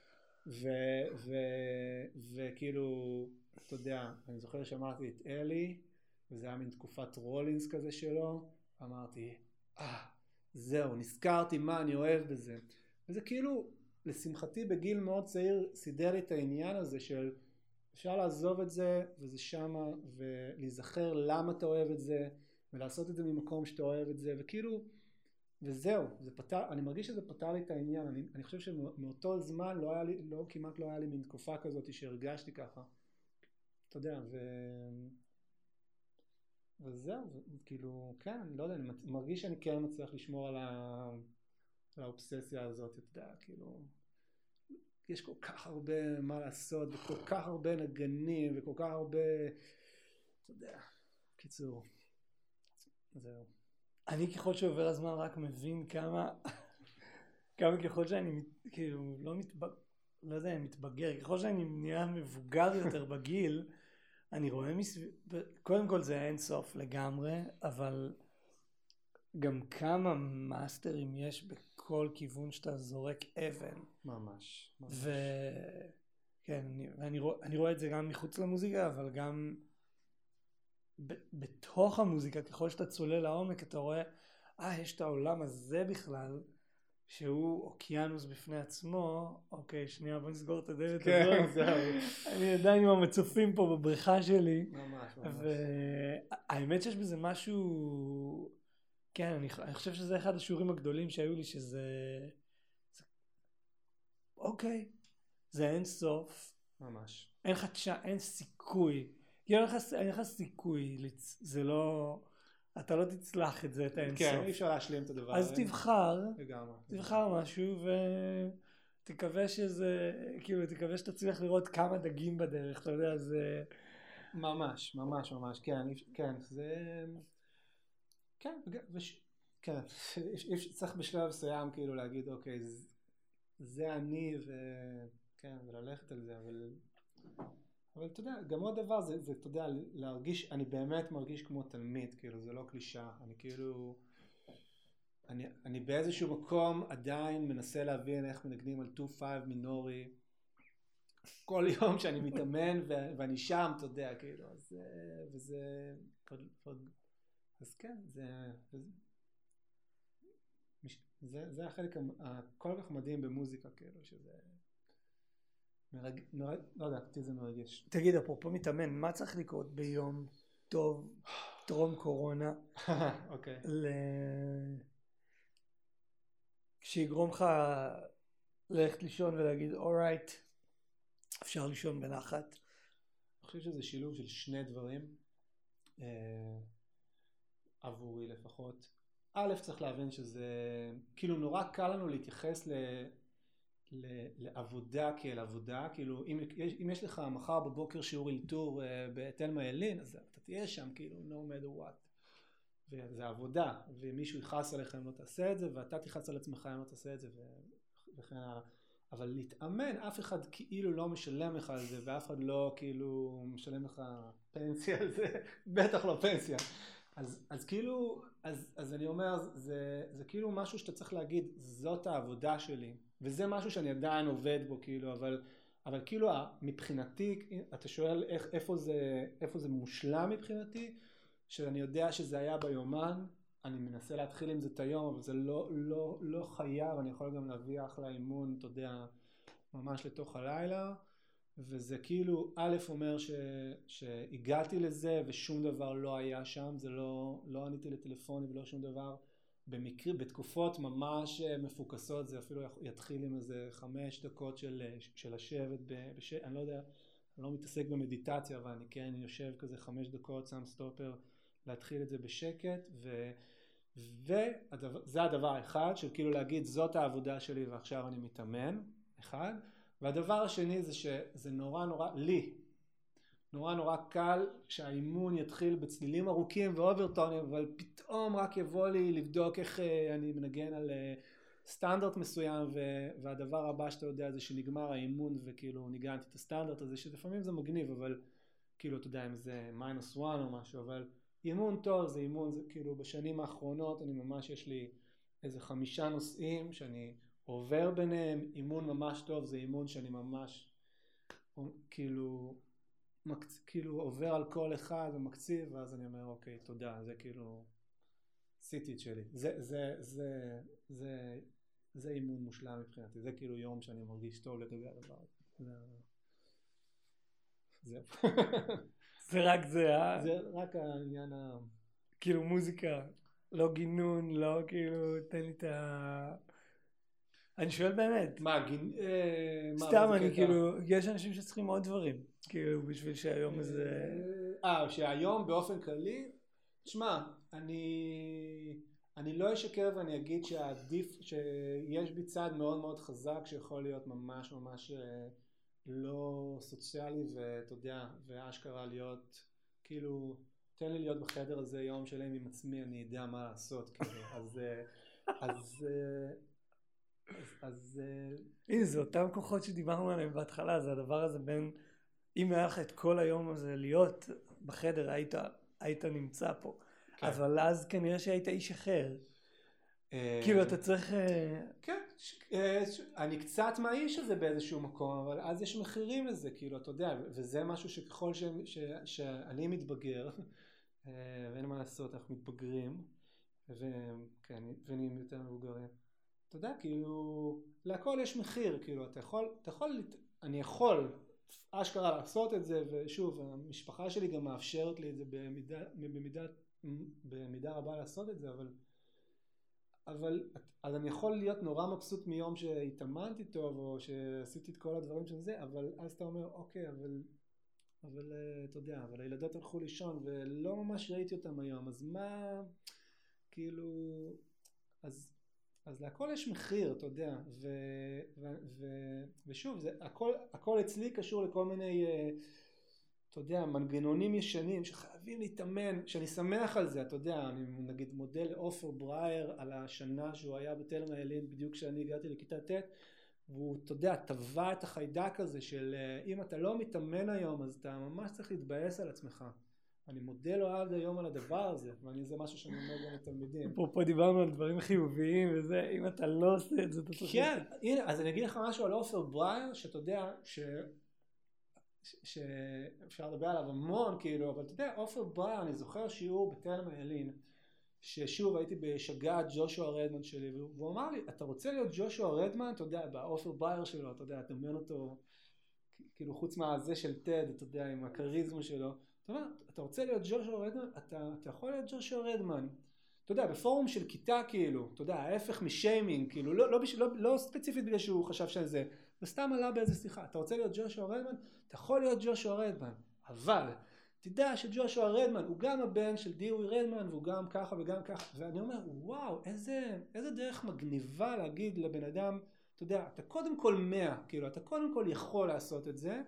וכאילו, אתה יודע, אני זוכר שאמרתי את אלי, וזה היה מין תקופת רולינס כזה שלו, אמרתי, אה, זהו, נזכרתי מה אני אוהב בזה, וזה כאילו, לשמחתי בגיל מאוד צעיר סידר לי את העניין הזה של אפשר לעזוב את זה וזה שמה ולהיזכר למה אתה אוהב את זה ולעשות את זה ממקום שאתה אוהב את זה וכאילו וזהו, זה פתר, אני מרגיש שזה פתר לי את העניין, אני, אני חושב שמאותו זמן לא היה לי, לא, כמעט לא היה לי מין תקופה כזאת שהרגשתי ככה, אתה יודע, ו... וזהו, כאילו, כן, אני לא יודע, אני מרגיש שאני כן מצליח לשמור על ה... על האובססיה הזאת, אתה יודע, כאילו, יש כל כך הרבה מה לעשות, וכל כך הרבה נגנים, וכל כך הרבה, אתה יודע, קיצור, זהו. אני ככל שעובר הזמן רק מבין כמה, כמה ככל שאני, כאילו, לא מתבגר, לא יודע, אני מתבגר, ככל שאני נהיה מבוגר יותר בגיל, אני רואה מסביב, קודם כל זה אין סוף לגמרי, אבל גם כמה מאסטרים יש בכל כיוון שאתה זורק אבן. ממש. ממש. וכן, אני, ואני רואה, אני רואה את זה גם מחוץ למוזיקה, אבל גם ב, בתוך המוזיקה, ככל שאתה צולל לעומק, אתה רואה, אה, יש את העולם הזה בכלל, שהוא אוקיינוס בפני עצמו. אוקיי, שנייה, בוא נסגור את הדלת כן, הזאת. זהו. אני עדיין עם המצופים פה בבריכה שלי. ממש, ממש. והאמת שיש בזה משהו... כן, אני, אני חושב שזה אחד השיעורים הגדולים שהיו לי, שזה... זה, אוקיי, זה אין סוף. ממש. אין לך, אין סיכוי. אין לך, אין לך סיכוי, זה לא... אתה לא תצלח את זה, את האין סוף. כן, אי אפשר להשלים את הדבר. אז תבחר, לגמרי. תבחר משהו ותקווה שזה, כאילו, תקווה שתצליח לראות כמה דגים בדרך, אתה יודע, זה... ממש, ממש, ממש, כן, כן, זה... כן, וש... כן, צריך בשלב מסוים כאילו להגיד אוקיי, זה אני וכן, וללכת על זה, אבל אבל אתה יודע, גם עוד דבר זה, זה, אתה יודע, להרגיש, אני באמת מרגיש כמו תלמיד, כאילו, זה לא קלישה, אני כאילו, אני, אני באיזשהו מקום עדיין מנסה להבין איך מנגנים על שתיים חמש מינורי, כל יום שאני מתאמן ו- ואני שם, אתה יודע, כאילו, אז, וזה, אז כן, זה, זה, זה החלק הכל כך מדהים במוזיקה, כאילו, שזה, מרג... מרג... לא יודע, אותי זה מרגש. תגיד, אפרופו מתאמן, מה צריך לקרות ביום טוב, טרום קורונה? אוקיי. ל... כשיגרום לך ללכת לישון ולהגיד, אורייט, אפשר לישון בנחת. אני חושב שזה שילוב של שני דברים, אה, עבורי לפחות. א', צריך להבין שזה, כאילו נורא קל לנו להתייחס ל... לעבודה כאל עבודה, כאילו אם, אם יש לך מחר בבוקר שיעור אלתור בתלמה ילין, אז אתה תהיה שם כאילו no matter what, וזה עבודה, ומישהו יכעס עליך אם לא תעשה את זה, ואתה תכעס על עצמך אם לא תעשה את זה, וכן הלאה. אבל להתאמן, אף אחד כאילו לא משלם לך על זה, ואף אחד לא כאילו משלם לך פנסיה על זה, בטח לא פנסיה. אז, אז כאילו, אז, אז אני אומר, זה, זה כאילו משהו שאתה צריך להגיד, זאת העבודה שלי, וזה משהו שאני עדיין עובד בו, כאילו, אבל, אבל כאילו, מבחינתי, אתה שואל איך, איפה זה, איפה זה מושלם מבחינתי, שאני יודע שזה היה ביומן, אני מנסה להתחיל עם זה את היום, אבל זה לא, לא, לא חייב, אני יכול גם להביא אחלה אימון, אתה יודע, ממש לתוך הלילה, וזה כאילו, א' אומר ש, שהגעתי לזה ושום דבר לא היה שם, זה לא, לא עניתי לטלפונים ולא שום דבר, במקרה, בתקופות ממש מפוקסות, זה אפילו יתחיל עם איזה חמש דקות של, של לשבת, בש... אני לא יודע, אני לא מתעסק במדיטציה, אבל אני כן יושב כזה חמש דקות, שם סטופר, להתחיל את זה בשקט, ו... וזה הדבר האחד, של כאילו להגיד, זאת העבודה שלי ועכשיו אני מתאמן, אחד, והדבר השני זה שזה נורא נורא, לי, נורא נורא קל שהאימון יתחיל בצלילים ארוכים ואוברטונים, אבל פתאום רק יבוא לי לבדוק איך אני מנגן על סטנדרט מסוים, והדבר הבא שאתה יודע זה שנגמר האימון וכאילו ניגנתי את הסטנדרט הזה, שלפעמים זה מגניב, אבל כאילו אתה יודע אם זה מיינוס וואן או משהו, אבל אימון טוב זה אימון, זה כאילו בשנים האחרונות אני ממש יש לי איזה חמישה נושאים שאני עובר ביניהם, אימון ממש טוב זה אימון שאני ממש כאילו מקצ... כאילו עובר על כל אחד ומקציב, ואז אני אומר אוקיי תודה, זה כאילו סיטית שלי, זה, זה, זה, זה, זה אימון מושלם מבחינתי, זה כאילו יום שאני מרגיש טוב לגבי הדבר הזה. זה זה רק זה, אה? זה רק העניין ה... כאילו מוזיקה, לא גינון, לא כאילו, תן לי את ה... אני שואל באמת. מה, גינ... סתם, אני כאילו, יש אנשים שצריכים עוד דברים, כאילו, בשביל שהיום הזה... אה, שהיום באופן כללי, תשמע, אני... אני לא אשקר ואני אגיד שהעדיף, שיש בי צד מאוד מאוד חזק שיכול להיות ממש ממש לא סוציאלי, ואתה יודע, ואשכרה להיות, כאילו, תן לי להיות בחדר הזה יום שלם עם עצמי, אני יודע מה לעשות, כאילו, אז, אז, אז, אז, הנה, זה אותם כוחות שדיברנו עליהם בהתחלה, זה הדבר הזה בין, אם היה לך את כל היום הזה להיות בחדר, היית, היית נמצא פה. כן. אבל אז כנראה שהיית איש אחר. כאילו אתה צריך... כן, אני קצת מהאיש הזה באיזשהו מקום, אבל אז יש מחירים לזה, כאילו, אתה יודע, וזה משהו שככל ש... ש... שאני מתבגר, ואין מה לעשות, אנחנו מתבגרים, וכן, ונהיים יותר מבוגרים. אתה יודע, כאילו, להכל יש מחיר, כאילו, אתה יכול, אתה יכול, אני יכול אשכרה לעשות את זה, ושוב, המשפחה שלי גם מאפשרת לי את זה במידה, במידה, במידה רבה לעשות את זה, אבל... אבל אז אני יכול להיות נורא מבסוט מיום שהתאמנתי טוב או שעשיתי את כל הדברים של זה, אבל אז אתה אומר אוקיי, אבל אבל אתה יודע, אבל הילדות הלכו לישון ולא ממש ראיתי אותם היום, אז מה כאילו, אז אז להכל יש מחיר, אתה יודע, ו, ו, ו, ושוב זה הכל הכל אצלי קשור לכל מיני אתה יודע, מנגנונים ישנים שחייבים להתאמן, שאני שמח על זה, אתה יודע, אני נגיד מודה לאופר ברייר על השנה שהוא היה בתלם הילין בדיוק כשאני הגעתי לכיתה ט', והוא, אתה יודע, טבע את החיידק הזה של אם אתה לא מתאמן היום אז אתה ממש צריך להתבאס על עצמך. אני מודה לו עד היום על הדבר הזה, ואני זה משהו שאני אומר גם לתלמידים. פה, פה דיברנו על דברים חיוביים וזה, אם אתה לא עושה את זה, אתה צריך... כן, הנה, אז אני אגיד לך משהו על אופר ברייר, שאתה יודע, ש... שאפשר לדבר עליו המון כאילו, אבל אתה יודע, אופר ברייר, אני זוכר שיעור בתלם הילין, ששוב הייתי בשגעת ג'ושוע רדמן שלי, והוא אמר לי, אתה רוצה להיות ג'ושוע רדמן, אתה יודע, באופר ברייר שלו, אתה יודע, אתה אומר אותו, כאילו חוץ מהזה של טד, אתה יודע, עם הקריזמה שלו, אתה אומר, אתה רוצה להיות ג'ושוע רדמן, אתה, אתה יכול להיות ג'ושוע רדמן, אתה יודע, בפורום של כיתה כאילו, אתה יודע, ההפך משיימינג, כאילו, לא, לא, לא, לא ספציפית בגלל שהוא חשב שזה, וסתם עלה באיזה שיחה, אתה רוצה להיות ג'ושוע רדמן, אתה יכול להיות ג'ושוע רדמן, אבל תדע שג'ושוע רדמן הוא גם הבן של דיווי רדמן, והוא גם ככה וגם ככה, ואני אומר, וואו, איזה, איזה דרך מגניבה להגיד לבן אדם, אתה יודע, אתה קודם כל מאה, כאילו, אתה קודם כל יכול לעשות את זה,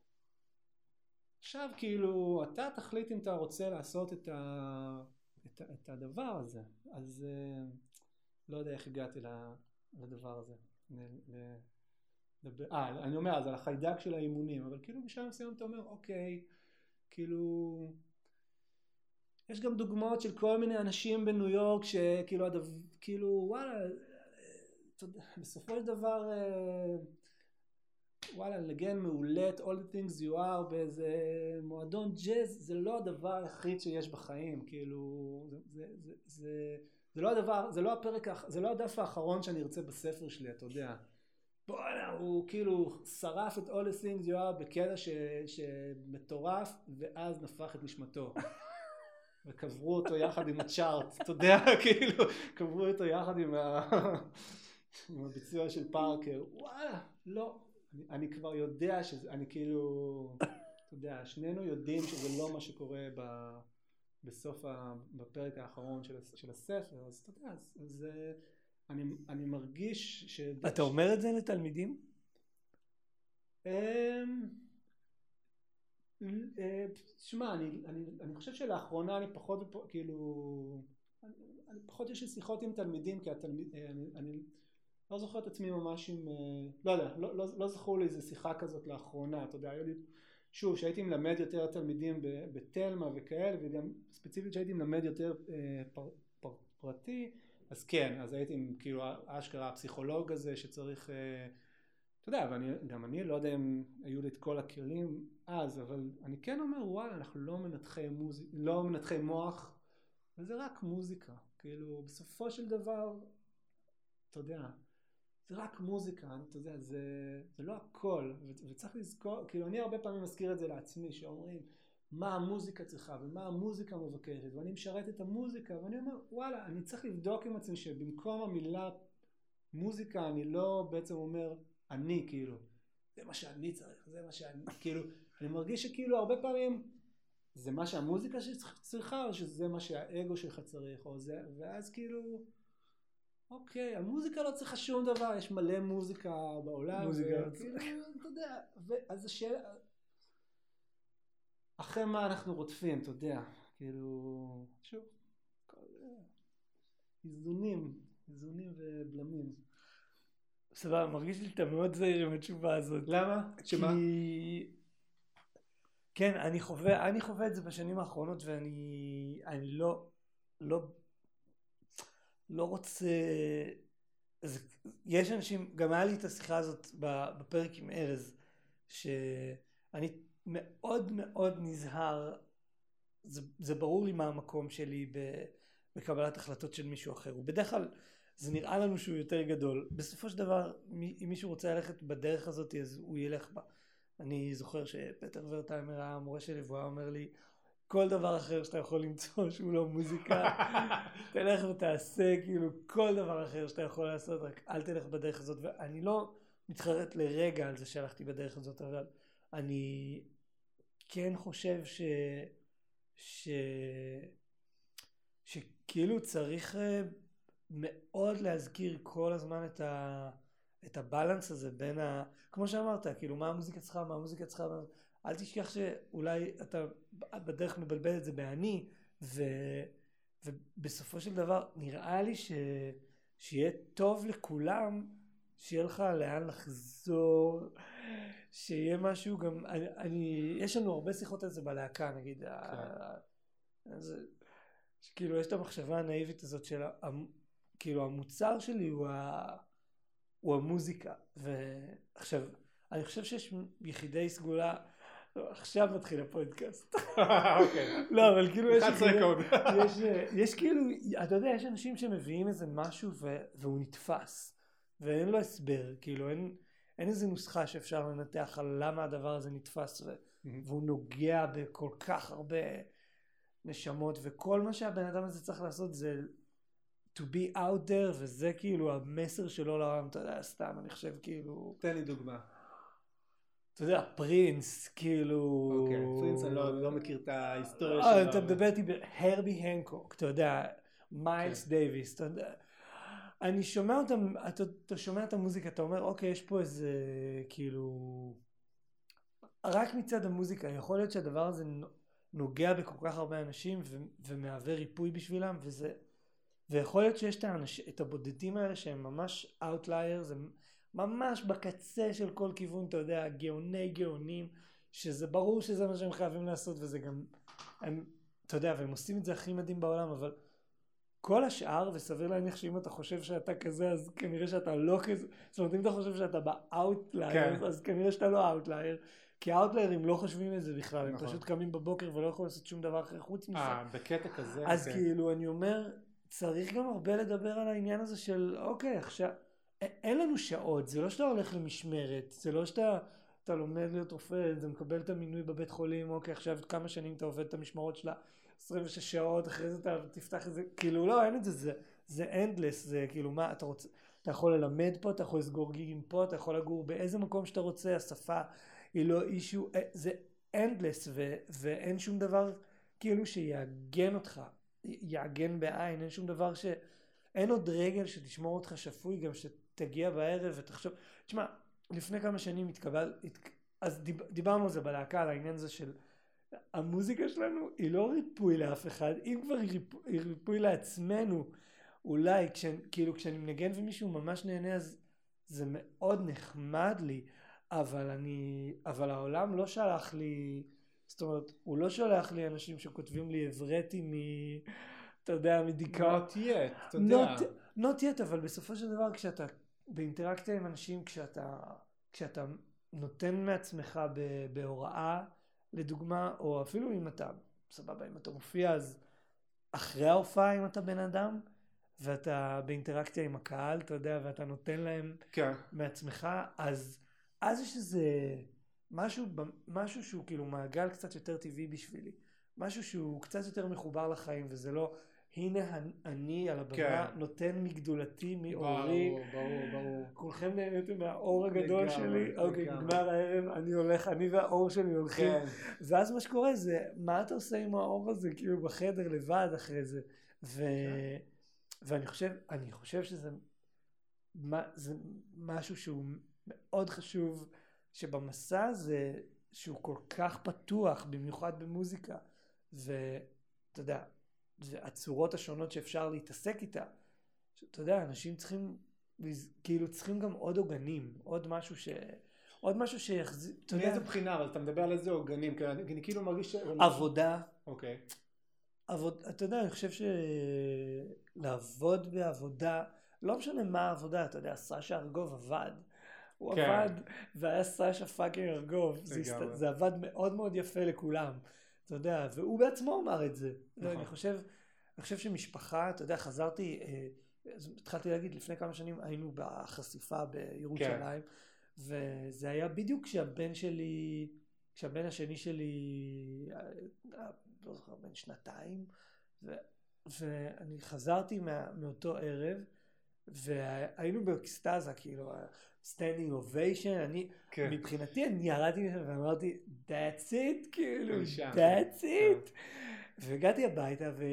עכשיו כאילו, אתה תחליט אם אתה רוצה לעשות את ה... את, את הדבר הזה, אז לא יודע איך הגעתי לדבר הזה. אה, אני אומר, אז על החיידק של האימונים, אבל כאילו בשביל מסוים אתה אומר, אוקיי, כאילו, יש גם דוגמאות של כל מיני אנשים בניו יורק, שכאילו, כאילו, וואלה, בסופו של דבר, וואלה, לגן מעולה, all the things you are, באיזה מועדון ג'אז, זה לא הדבר היחיד שיש בחיים, כאילו, זה, זה, זה, זה, זה לא הדבר, זה לא הפרק, זה לא הדף האחרון שאני ארצה בספר שלי, אתה יודע. וואלה, הוא כאילו שרף את all the things you are בקטע ש, שמטורף, ואז נפח את נשמתו. וקברו אותו יחד עם הצ'ארט, אתה יודע, כאילו, קברו אותו יחד עם, ה... עם הביצוע של פארקר, וואלה, לא. אני, אני כבר יודע שזה, אני כאילו, אתה יודע, שנינו יודעים שזה לא מה שקורה ב, בסוף, ה, בפרק האחרון של, של הספר, אז אתה יודע, אז, אז אני, אני מרגיש ש... אתה אומר את זה לתלמידים? תשמע, אני, אני, אני חושב שלאחרונה אני פחות, כאילו, אני, אני פחות יש לי שיחות עם תלמידים, כי התלמיד, אני, אני לא זוכר את עצמי ממש עם, לא יודע, לא, לא, לא זכור לי איזה שיחה כזאת לאחרונה, אתה יודע, היה לי, שוב, שהייתי מלמד יותר תלמידים בתלמה וכאלה, וגם ספציפית שהייתי מלמד יותר פר, פר, פרטי, אז כן, אז הייתי עם, כאילו, אשכרה הפסיכולוג הזה שצריך, אתה יודע, וגם אני לא יודע אם היו לי את כל הכלים אז, אבל אני כן אומר, וואלה, אנחנו לא מנתחי מוזיק, לא מנתחי מוח, וזה רק מוזיקה, כאילו, בסופו של דבר, אתה יודע, זה רק מוזיקה, אתה יודע, זה, זה לא הכל, וצריך לזכור, כאילו, אני הרבה פעמים מזכיר את זה לעצמי, שאומרים, מה המוזיקה צריכה, ומה המוזיקה מבקשת, ואני משרת את המוזיקה, ואני אומר, וואלה, אני צריך לבדוק עם עצמי, שבמקום המילה מוזיקה, אני לא בעצם אומר, אני כאילו, זה מה שאני צריך, זה מה שאני, כאילו, אני מרגיש שכאילו הרבה פעמים זה מה שהמוזיקה שצריכה, או שזה מה שהאגו שלך צריך, או זה, ואז כאילו, אוקיי, המוזיקה לא צריכה שום דבר, יש מלא מוזיקה בעולם, מוזיקה, וכאילו, אתה יודע, ואז השאלה, אחרי מה אנחנו רודפים, אתה יודע, כאילו, שוב, איזונים, איזונים ובלמים. סבבה, מרגיש לי שאתה מאוד זהיר עם התשובה הזאת. למה? שמה? כי... כן, אני חווה, אני חווה את זה בשנים האחרונות, ואני אני לא, לא, לא רוצה... אז יש אנשים, גם היה לי את השיחה הזאת בפרק עם ארז, שאני מאוד מאוד נזהר, זה, זה ברור לי מה המקום שלי בקבלת החלטות של מישהו אחר, ובדרך כלל זה נראה לנו שהוא יותר גדול. בסופו של דבר, אם מישהו רוצה ללכת בדרך הזאת, אז הוא ילך בה. אני זוכר שפטר ורטהיימר היה המורה שלי, והוא היה אומר לי, כל דבר אחר שאתה יכול למצוא שהוא לא מוזיקה, תלך ותעשה כאילו כל דבר אחר שאתה יכול לעשות, רק אל תלך בדרך הזאת. ואני לא מתחרט לרגע על זה שהלכתי בדרך הזאת, אבל אני כן חושב ש... ש... שכאילו צריך מאוד להזכיר כל הזמן את ה... את הבלנס הזה בין ה... כמו שאמרת, כאילו מה המוזיקה צריכה, מה המוזיקה צריכה, אל תשכח שאולי אתה בדרך מבלבל את זה בעני, ו... ובסופו של דבר נראה לי ש... שיהיה טוב לכולם, שיהיה לך לאן לחזור, שיהיה משהו גם, אני, אני... יש לנו הרבה שיחות על זה בלהקה, נגיד, כן. ה... אז... כאילו יש את המחשבה הנאיבית הזאת של, כאילו המוצר שלי הוא ה... הוא המוזיקה, ועכשיו, אני חושב שיש יחידי סגולה, עכשיו מתחיל הפודקאסט. אוקיי. לא, אבל כאילו יש, יש, יש כאילו, אתה יודע, יש אנשים שמביאים איזה משהו והוא נתפס, ואין לו הסבר, כאילו אין, אין איזה נוסחה שאפשר לנתח על למה הדבר הזה נתפס, והוא נוגע בכל כך הרבה נשמות, וכל מה שהבן אדם הזה צריך לעשות זה to be out there, וזה כאילו המסר שלו לעולם, אתה יודע, סתם, אני חושב כאילו... תן לי דוגמה. אתה יודע, פרינס, כאילו... אוקיי, פרינס, אני לא, לא מכיר את ההיסטוריה שלו. אתה מדבר איתי בהרבי הנקוק, אתה יודע, מיילס דייוויס, אתה יודע... אני שומע אותם, אתה, אתה שומע את המוזיקה, אתה אומר, אוקיי, יש פה איזה, כאילו... רק מצד המוזיקה, יכול להיות שהדבר הזה נוגע בכל כך הרבה אנשים, ו- ומהווה ריפוי בשבילם, וזה... ויכול להיות שיש את, האנש... את הבודדים האלה שהם ממש outliers, הם ממש בקצה של כל כיוון, אתה יודע, גאוני גאונים, שזה ברור שזה מה שהם חייבים לעשות, וזה גם, הם, אתה יודע, והם עושים את זה הכי מדהים בעולם, אבל כל השאר, וסביר להניח שאם אתה חושב שאתה כזה, אז כנראה שאתה לא כזה, זאת אומרת, אם אתה חושב שאתה ב-outliers, כן. אז כנראה שאתה לא outlier, כי האוטליירים לא חושבים את זה בכלל, נכון. הם פשוט קמים בבוקר ולא יכולים לעשות שום דבר אחר חוץ מזה. אה, בקטע כזה. אז כן. כאילו, אני אומר... צריך גם הרבה לדבר על העניין הזה של, אוקיי, עכשיו, אין לנו שעות, זה לא שאתה הולך למשמרת, זה לא שאתה אתה לומד להיות רופא, זה מקבל את המינוי בבית חולים, אוקיי, עכשיו כמה שנים אתה עובד את המשמרות שלה, עשרים ושש שעות, אחרי זה אתה תפתח את זה, כאילו לא, אין את זה, זה, זה endless, זה כאילו מה, אתה רוצה, אתה יכול ללמד פה, אתה יכול לסגור גיגים פה, אתה יכול לגור באיזה מקום שאתה רוצה, השפה היא לא אישו, זה endless, ו, ואין שום דבר כאילו שיאגן אותך, יעגן בעין, אין שום דבר ש... אין עוד רגל שתשמור אותך שפוי, גם שתגיע בערב ותחשוב... תשמע, לפני כמה שנים התקבל, אז דיברנו על זה בלהקה, על העניין הזה של המוזיקה שלנו היא לא ריפוי לאף אחד, אם כבר היא ריפוי, היא ריפוי לעצמנו, אולי כאילו כשאני מנגן ומישהו ממש נהנה אז זה מאוד נחמד לי, אבל אני, אבל העולם לא שלח לי, זאת אומרת, הוא לא שולח לי אנשים שכותבים לי עברתי מ... אתה יודע, מדיכאון. not yet, אתה יודע. not, not yet, אבל בסופו של דבר כשאתה באינטראקציה עם אנשים, כשאתה, כשאתה נותן מעצמך בהוראה, לדוגמה, או אפילו אם אתה, סבבה, אם אתה מופיע, אז אחרי ההופעה אם אתה בן אדם, ואתה באינטראקציה עם הקהל, אתה יודע, ואתה נותן להם כן. מעצמך, אז, אז יש איזה משהו, משהו שהוא כאילו מעגל קצת יותר טבעי בשבילי, משהו שהוא קצת יותר מחובר לחיים, וזה לא, הנה אני על הבמה, כן. נותן מגדולתי, מאורי. ברור, ברור, ברור. כולכם נהניתם מהאור הגדול לגמרי, שלי. אוקיי, נגמר הערב, אני הולך, אני והאור שלי הולכים. כן. ואז מה שקורה זה, מה אתה עושה עם האור הזה, כאילו בחדר לבד אחרי זה. ו... כן. ואני חושב, אני חושב שזה זה משהו שהוא מאוד חשוב, שבמסע הזה, שהוא כל כך פתוח, במיוחד במוזיקה. ואתה יודע, והצורות השונות שאפשר להתעסק איתה, אתה יודע, אנשים צריכים, כאילו צריכים גם עוד עוגנים, עוד משהו ש... עוד משהו שיחזיר, אתה יודע... מאיזה בחינה, אבל אתה מדבר על איזה עוגנים, כי אני כאילו מרגיש ש... עבודה. אוקיי. עבוד, אתה יודע, אני חושב שלעבוד בעבודה, לא משנה מה העבודה, אתה יודע, סשה ארגוב עבד. הוא כן. עבד, והיה סשה פאקינג ארגוב. זה, זה עבד מאוד מאוד יפה לכולם. אתה יודע, והוא בעצמו אמר את זה. נכון. אני חושב, אני חושב שמשפחה, אתה יודע, חזרתי, התחלתי להגיד, לפני כמה שנים היינו בחשיפה בירושלים, כן. וזה היה בדיוק כשהבן שלי, כשהבן השני שלי, לא זוכר, בן שנתיים, ו, ואני חזרתי מה, מאותו ערב, והיינו באקסטאזה, כאילו, standing ovation, אני, כן. מבחינתי אני ירדתי משם ואמרתי, that's it, כאילו, that's it. והגעתי הביתה, ו...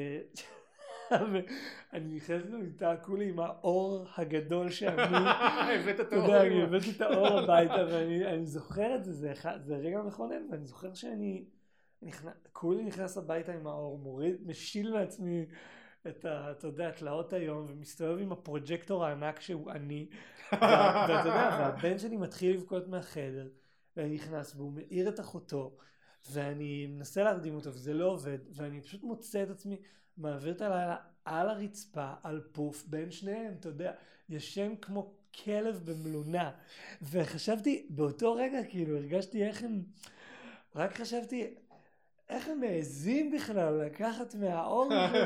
ואני נכנס למיטה, כולי עם האור הגדול שאני, הבאת את האור, אני הבאתי את האור הביתה, ואני זוכר את זה, זה, זה רגע מכונן, ואני זוכר שאני, כולי נכנס הביתה עם האור, מוריד, משיל מעצמי, את ה, אתה יודע, תלאות היום, ומסתובב עם הפרוג'קטור הענק שהוא אני, ואתה יודע, והבן שלי מתחיל לבכות מהחדר, ואני נכנס, והוא מאיר את אחותו, ואני מנסה להרדים אותו, וזה לא עובד, ואני פשוט מוצא את עצמי, מעביר את הלילה על הרצפה, על פוף, בין שניהם, אתה יודע, ישן כמו כלב במלונה, וחשבתי, באותו רגע, כאילו, הרגשתי איך הם, רק חשבתי, איך הם מעזים בכלל לקחת מהאור,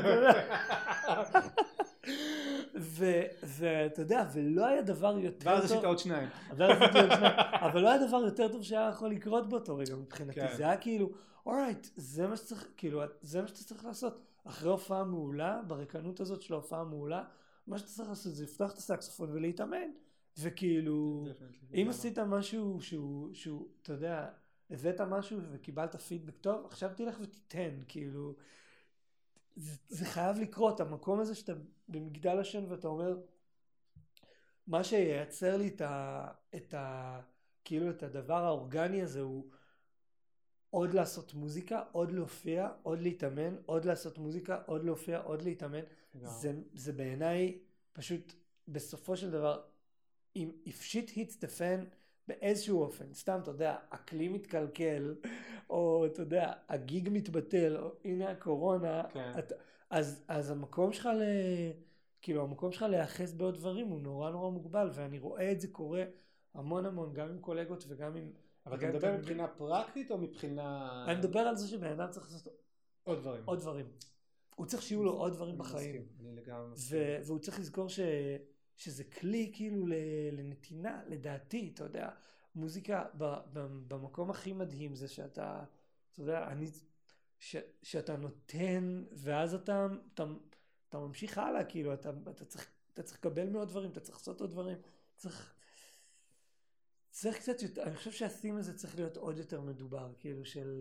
ואתה יודע, ולא היה דבר יותר טוב, ואז עשית עוד שניים, אבל לא היה דבר יותר טוב שהיה יכול לקרות באותו רגע מבחינתי, זה היה כאילו, אורייט, זה מה שצריך, כאילו, זה מה שאתה צריך לעשות, אחרי הופעה מעולה, ברקנות הזאת של ההופעה מעולה, מה שאתה צריך לעשות זה לפתוח את הסקסופון ולהתאמן, וכאילו, אם עשית משהו שהוא, אתה יודע, הבאת משהו וקיבלת פידבק טוב, עכשיו תלך ותיתן, כאילו, זה, זה חייב לקרות, המקום הזה שאתה במגדל השן ואתה אומר, מה שייצר לי את ה, את ה, כאילו את הדבר האורגני הזה הוא עוד לעשות מוזיקה, עוד להופיע, עוד להתאמן, עוד לעשות מוזיקה, עוד להופיע, עוד להתאמן, זה, זה בעיניי פשוט בסופו של דבר, אם if shit hits the fan, באיזשהו אופן, סתם, אתה יודע, אקלים מתקלקל, או אתה יודע, הגיג מתבטל, או הנה הקורונה, כן. אתה, אז, אז המקום שלך, ל, כאילו, המקום שלך להיאחז בעוד דברים, הוא נורא נורא מוגבל, ואני רואה את זה קורה המון המון, גם עם קולגות וגם עם... אבל אתה מדבר מבחינה פרקטית, או מבחינה... אני מדבר על זה שבן אדם צריך לעשות עוד דברים. עוד דברים. הוא צריך שיהיו לו עוד דברים בחיים. מסכים, אני לגמרי מסכים. ו- והוא צריך לזכור ש... שזה כלי כאילו לנתינה, לדעתי, אתה יודע, מוזיקה במקום הכי מדהים זה שאתה, אתה יודע, אני, ש, שאתה נותן, ואז אתה, אתה, אתה ממשיך הלאה, כאילו, אתה, אתה צריך, אתה צריך לקבל מעוד דברים, אתה צריך לעשות עוד דברים, צריך, צריך קצת יותר, אני חושב שהתים הזה צריך להיות עוד יותר מדובר, כאילו של,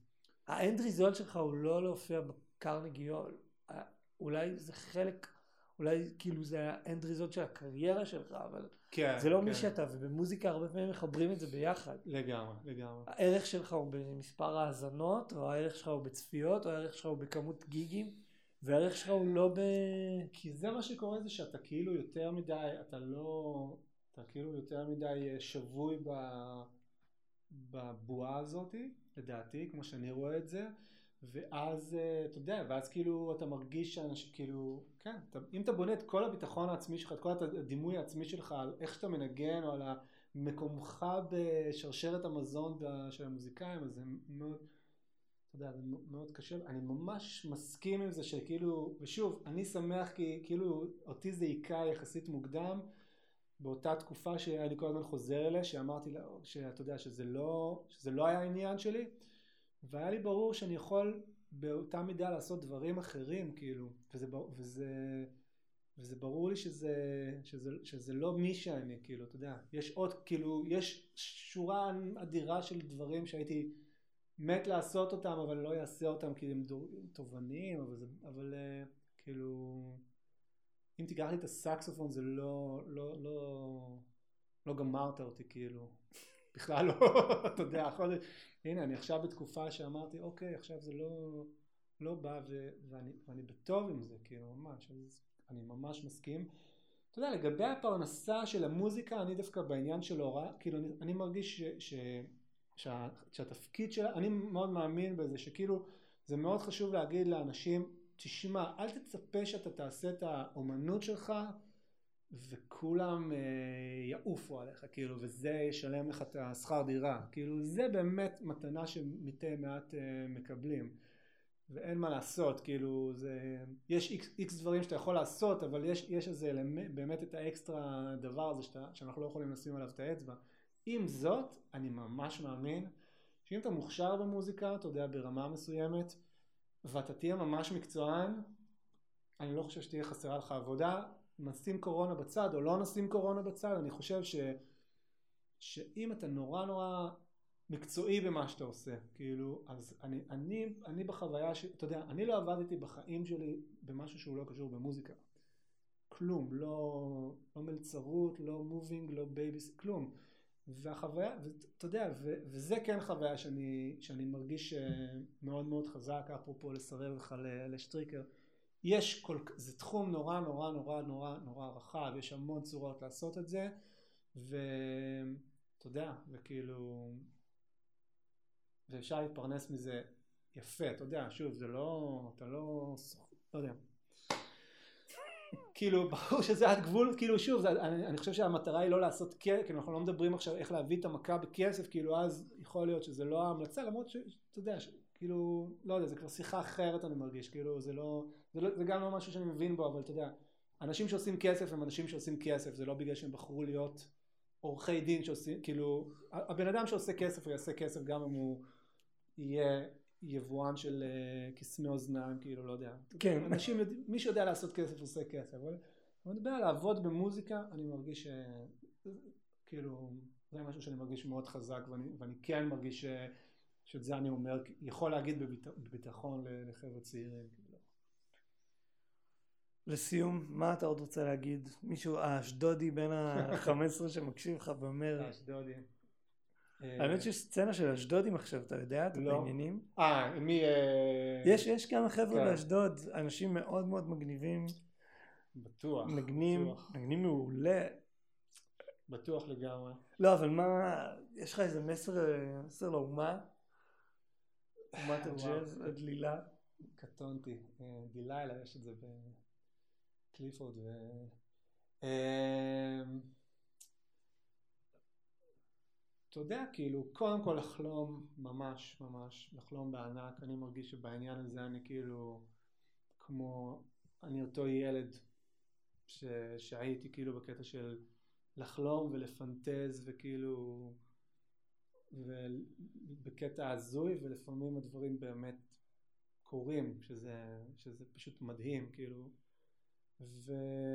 האנד ריזולט שלך הוא לא להופיע בקרנגי הול, אולי זה חלק, אולי כאילו זה האנד ריזולט של הקריירה שלך, אבל כן, זה לא כן. מי שאתה, ובמוזיקה הרבה פעמים מחברים את זה ביחד. לגמרי, לגמרי. הערך שלך הוא במספר האזנות, או הערך שלך הוא בצפיות, או הערך שלך הוא בכמות גיגים, והערך שלך הוא לא ב... כי זה מה שקורה, זה שאתה כאילו יותר מדי, אתה לא, אתה כאילו יותר מדי שבוי ב... בבועה הזאת, לדעתי, כמו שאני רואה את זה, ואז, אתה יודע, ואז כאילו אתה מרגיש שאנשים, כאילו, כן, אתה, אם אתה בונה את כל הביטחון העצמי שלך, את כל הדימוי העצמי שלך, על איך שאתה מנגן, או על מקומך בשרשרת המזון של המוזיקאים, אז זה מאוד, אתה יודע, זה מאוד קשה, אני ממש מסכים עם זה שכאילו, ושוב, אני שמח כי כאילו אותי זה עיקר יחסית מוקדם, באותה תקופה שהיה לי כל הזמן חוזר אליה, שאמרתי לה, שאתה יודע, שזה לא, שזה לא היה העניין שלי, והיה לי ברור שאני יכול באותה מידה לעשות דברים אחרים, כאילו, וזה, וזה, וזה ברור לי שזה, שזה, שזה לא מי שאני, כאילו, אתה יודע, יש עוד, כאילו, יש שורה אדירה של דברים שהייתי מת לעשות אותם, אבל לא יעשה אותם כי הם תובעניים, אבל, זה, אבל כאילו, אם תיקח לי את הסקסופון זה לא, לא, לא, לא גמרת אותי כאילו, בכלל לא, אתה יודע, יכול, הנה אני עכשיו בתקופה שאמרתי אוקיי עכשיו זה לא, לא בא ו, ואני, ואני בטוב עם זה כאילו ממש, אז אני ממש מסכים. אתה יודע, לגבי הפרנסה של המוזיקה אני דווקא בעניין של הוראה, כאילו אני, אני מרגיש ש, ש, שה, שהתפקיד שלה, אני מאוד מאמין בזה שכאילו זה מאוד חשוב להגיד לאנשים תשמע, אל תצפה שאתה תעשה את האומנות שלך וכולם יעופו עליך, כאילו, וזה ישלם לך את השכר דירה. כאילו, זה באמת מתנה שמתי מעט מקבלים. ואין מה לעשות, כאילו, זה, יש איקס, איקס דברים שאתה יכול לעשות, אבל יש, יש איזה באמת את האקסטרה דבר הזה שאתה, שאנחנו לא יכולים לשים עליו את האצבע. עם זאת, אני ממש מאמין שאם אתה מוכשר במוזיקה, אתה יודע, ברמה מסוימת, ואתה תהיה ממש מקצוען, אני לא חושב שתהיה חסרה לך עבודה, נשים קורונה בצד או לא נשים קורונה בצד, אני חושב ש, שאם אתה נורא נורא מקצועי במה שאתה עושה, כאילו, אז אני, אני, אני בחוויה, ש, אתה יודע, אני לא עבדתי בחיים שלי במשהו שהוא לא קשור במוזיקה. כלום, לא, לא מלצרות, לא מובינג, לא בייביס, כלום. והחוויה, ואתה יודע, ו, וזה כן חוויה שאני, שאני מרגיש מאוד מאוד חזק, אפרופו לסרב לך לשטריקר. יש כל, זה תחום נורא נורא נורא נורא נורא רחב, יש המון צורות לעשות את זה, ואתה יודע, וכאילו, ואפשר להתפרנס מזה יפה, אתה יודע, שוב, זה לא, אתה לא, לא יודע. כאילו, ברור שזה עד גבול, כאילו, שוב, זה, אני, אני חושב שהמטרה היא לא לעשות כסף, כי אנחנו לא מדברים עכשיו איך להביא את המכה בכסף, כאילו, אז יכול להיות שזה לא ההמלצה, למרות שאתה יודע, ש, כאילו, לא יודע, זה כבר שיחה אחרת אני מרגיש, כאילו, זה לא, זה לא, זה גם לא משהו שאני מבין בו, אבל אתה יודע, אנשים שעושים כסף הם אנשים שעושים כסף, זה לא בגלל שהם בחרו להיות עורכי דין שעושים, כאילו, הבן אדם שעושה כסף הוא יעשה כסף גם אם הוא יהיה יבואן של כסמי אוזניים, כאילו, לא יודע. כן. אנשים, מי שיודע לעשות כסף עושה כסף, אבל אני מדבר על לעבוד במוזיקה, אני מרגיש, כאילו, זה משהו שאני מרגיש מאוד חזק, ואני, ואני כן מרגיש שאת זה אני אומר, יכול להגיד בביטחון לחבר'ה צעירים. לסיום, מה אתה עוד רוצה להגיד? מישהו, האשדודי בין ה-חמש עשרה שמקשיב לך ואומר... האשדודי. האמת שיש סצנה של אשדודים עכשיו, אתה יודע? את העניינים? אה, מי... יש, יש כמה חבר'ה באשדוד, אנשים מאוד מאוד מגניבים. בטוח. מגנים, מגנים מעולה. בטוח לגמרי. לא, אבל מה, יש לך איזה מסר, מסר לאומה? אומת הג'אז, הדלילה? קטונתי. דלילה, יש את זה בקליפורד ו... אתה יודע, כאילו, קודם כל לחלום ממש ממש, לחלום בענק. אני מרגיש שבעניין הזה אני כאילו, כמו, אני אותו ילד ש... שהייתי כאילו בקטע של לחלום ולפנטז וכאילו, ובקטע הזוי, ולפעמים הדברים באמת קורים, שזה, שזה פשוט מדהים, כאילו, ו...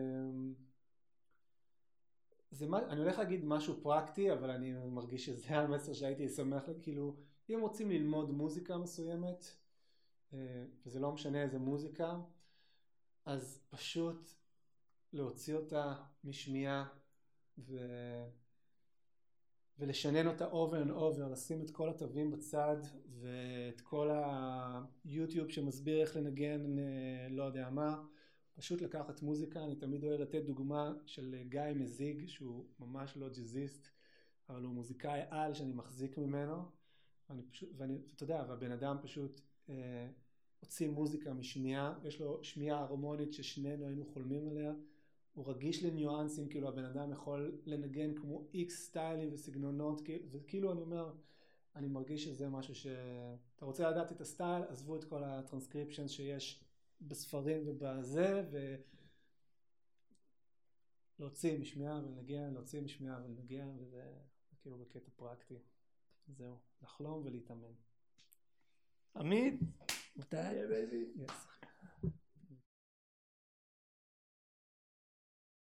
זה, אני הולך להגיד משהו פרקטי, אבל אני מרגיש שזה המסר שהייתי שמח, כאילו, אם רוצים ללמוד מוזיקה מסוימת, וזה לא משנה איזה מוזיקה, אז פשוט להוציא אותה משמיעה ו... ולשנן אותה over and over, לשים את כל התווים בצד ואת כל היוטיוב שמסביר איך לנגן לא יודע מה, פשוט לקחת מוזיקה. אני תמיד אוהב לתת דוגמה של גיא מזיג שהוא ממש לא ג'אזיסט, אבל הוא מוזיקאי על שאני מחזיק ממנו, ואני פשוט, ואני, אתה יודע, והבן אדם פשוט אה, הוציא מוזיקה משמיעה, יש לו שמיעה הרמונית ששנינו היינו חולמים עליה, הוא רגיש לניואנסים, כאילו הבן אדם יכול לנגן כמו איקס סטיילים וסגנונות, וכאילו אני אומר, אני מרגיש שזה משהו שאתה רוצה לדעת את הסטייל, עזבו את כל הטרנסקריפשן שיש בספרים ובזה, ולהוציא משמיעה ולנגן, להוציא משמיעה ולנגן, וזה כאילו בקטע פרקטי. זהו, לחלום ולהתאמן. עמית, מתי? בייבי. Yes.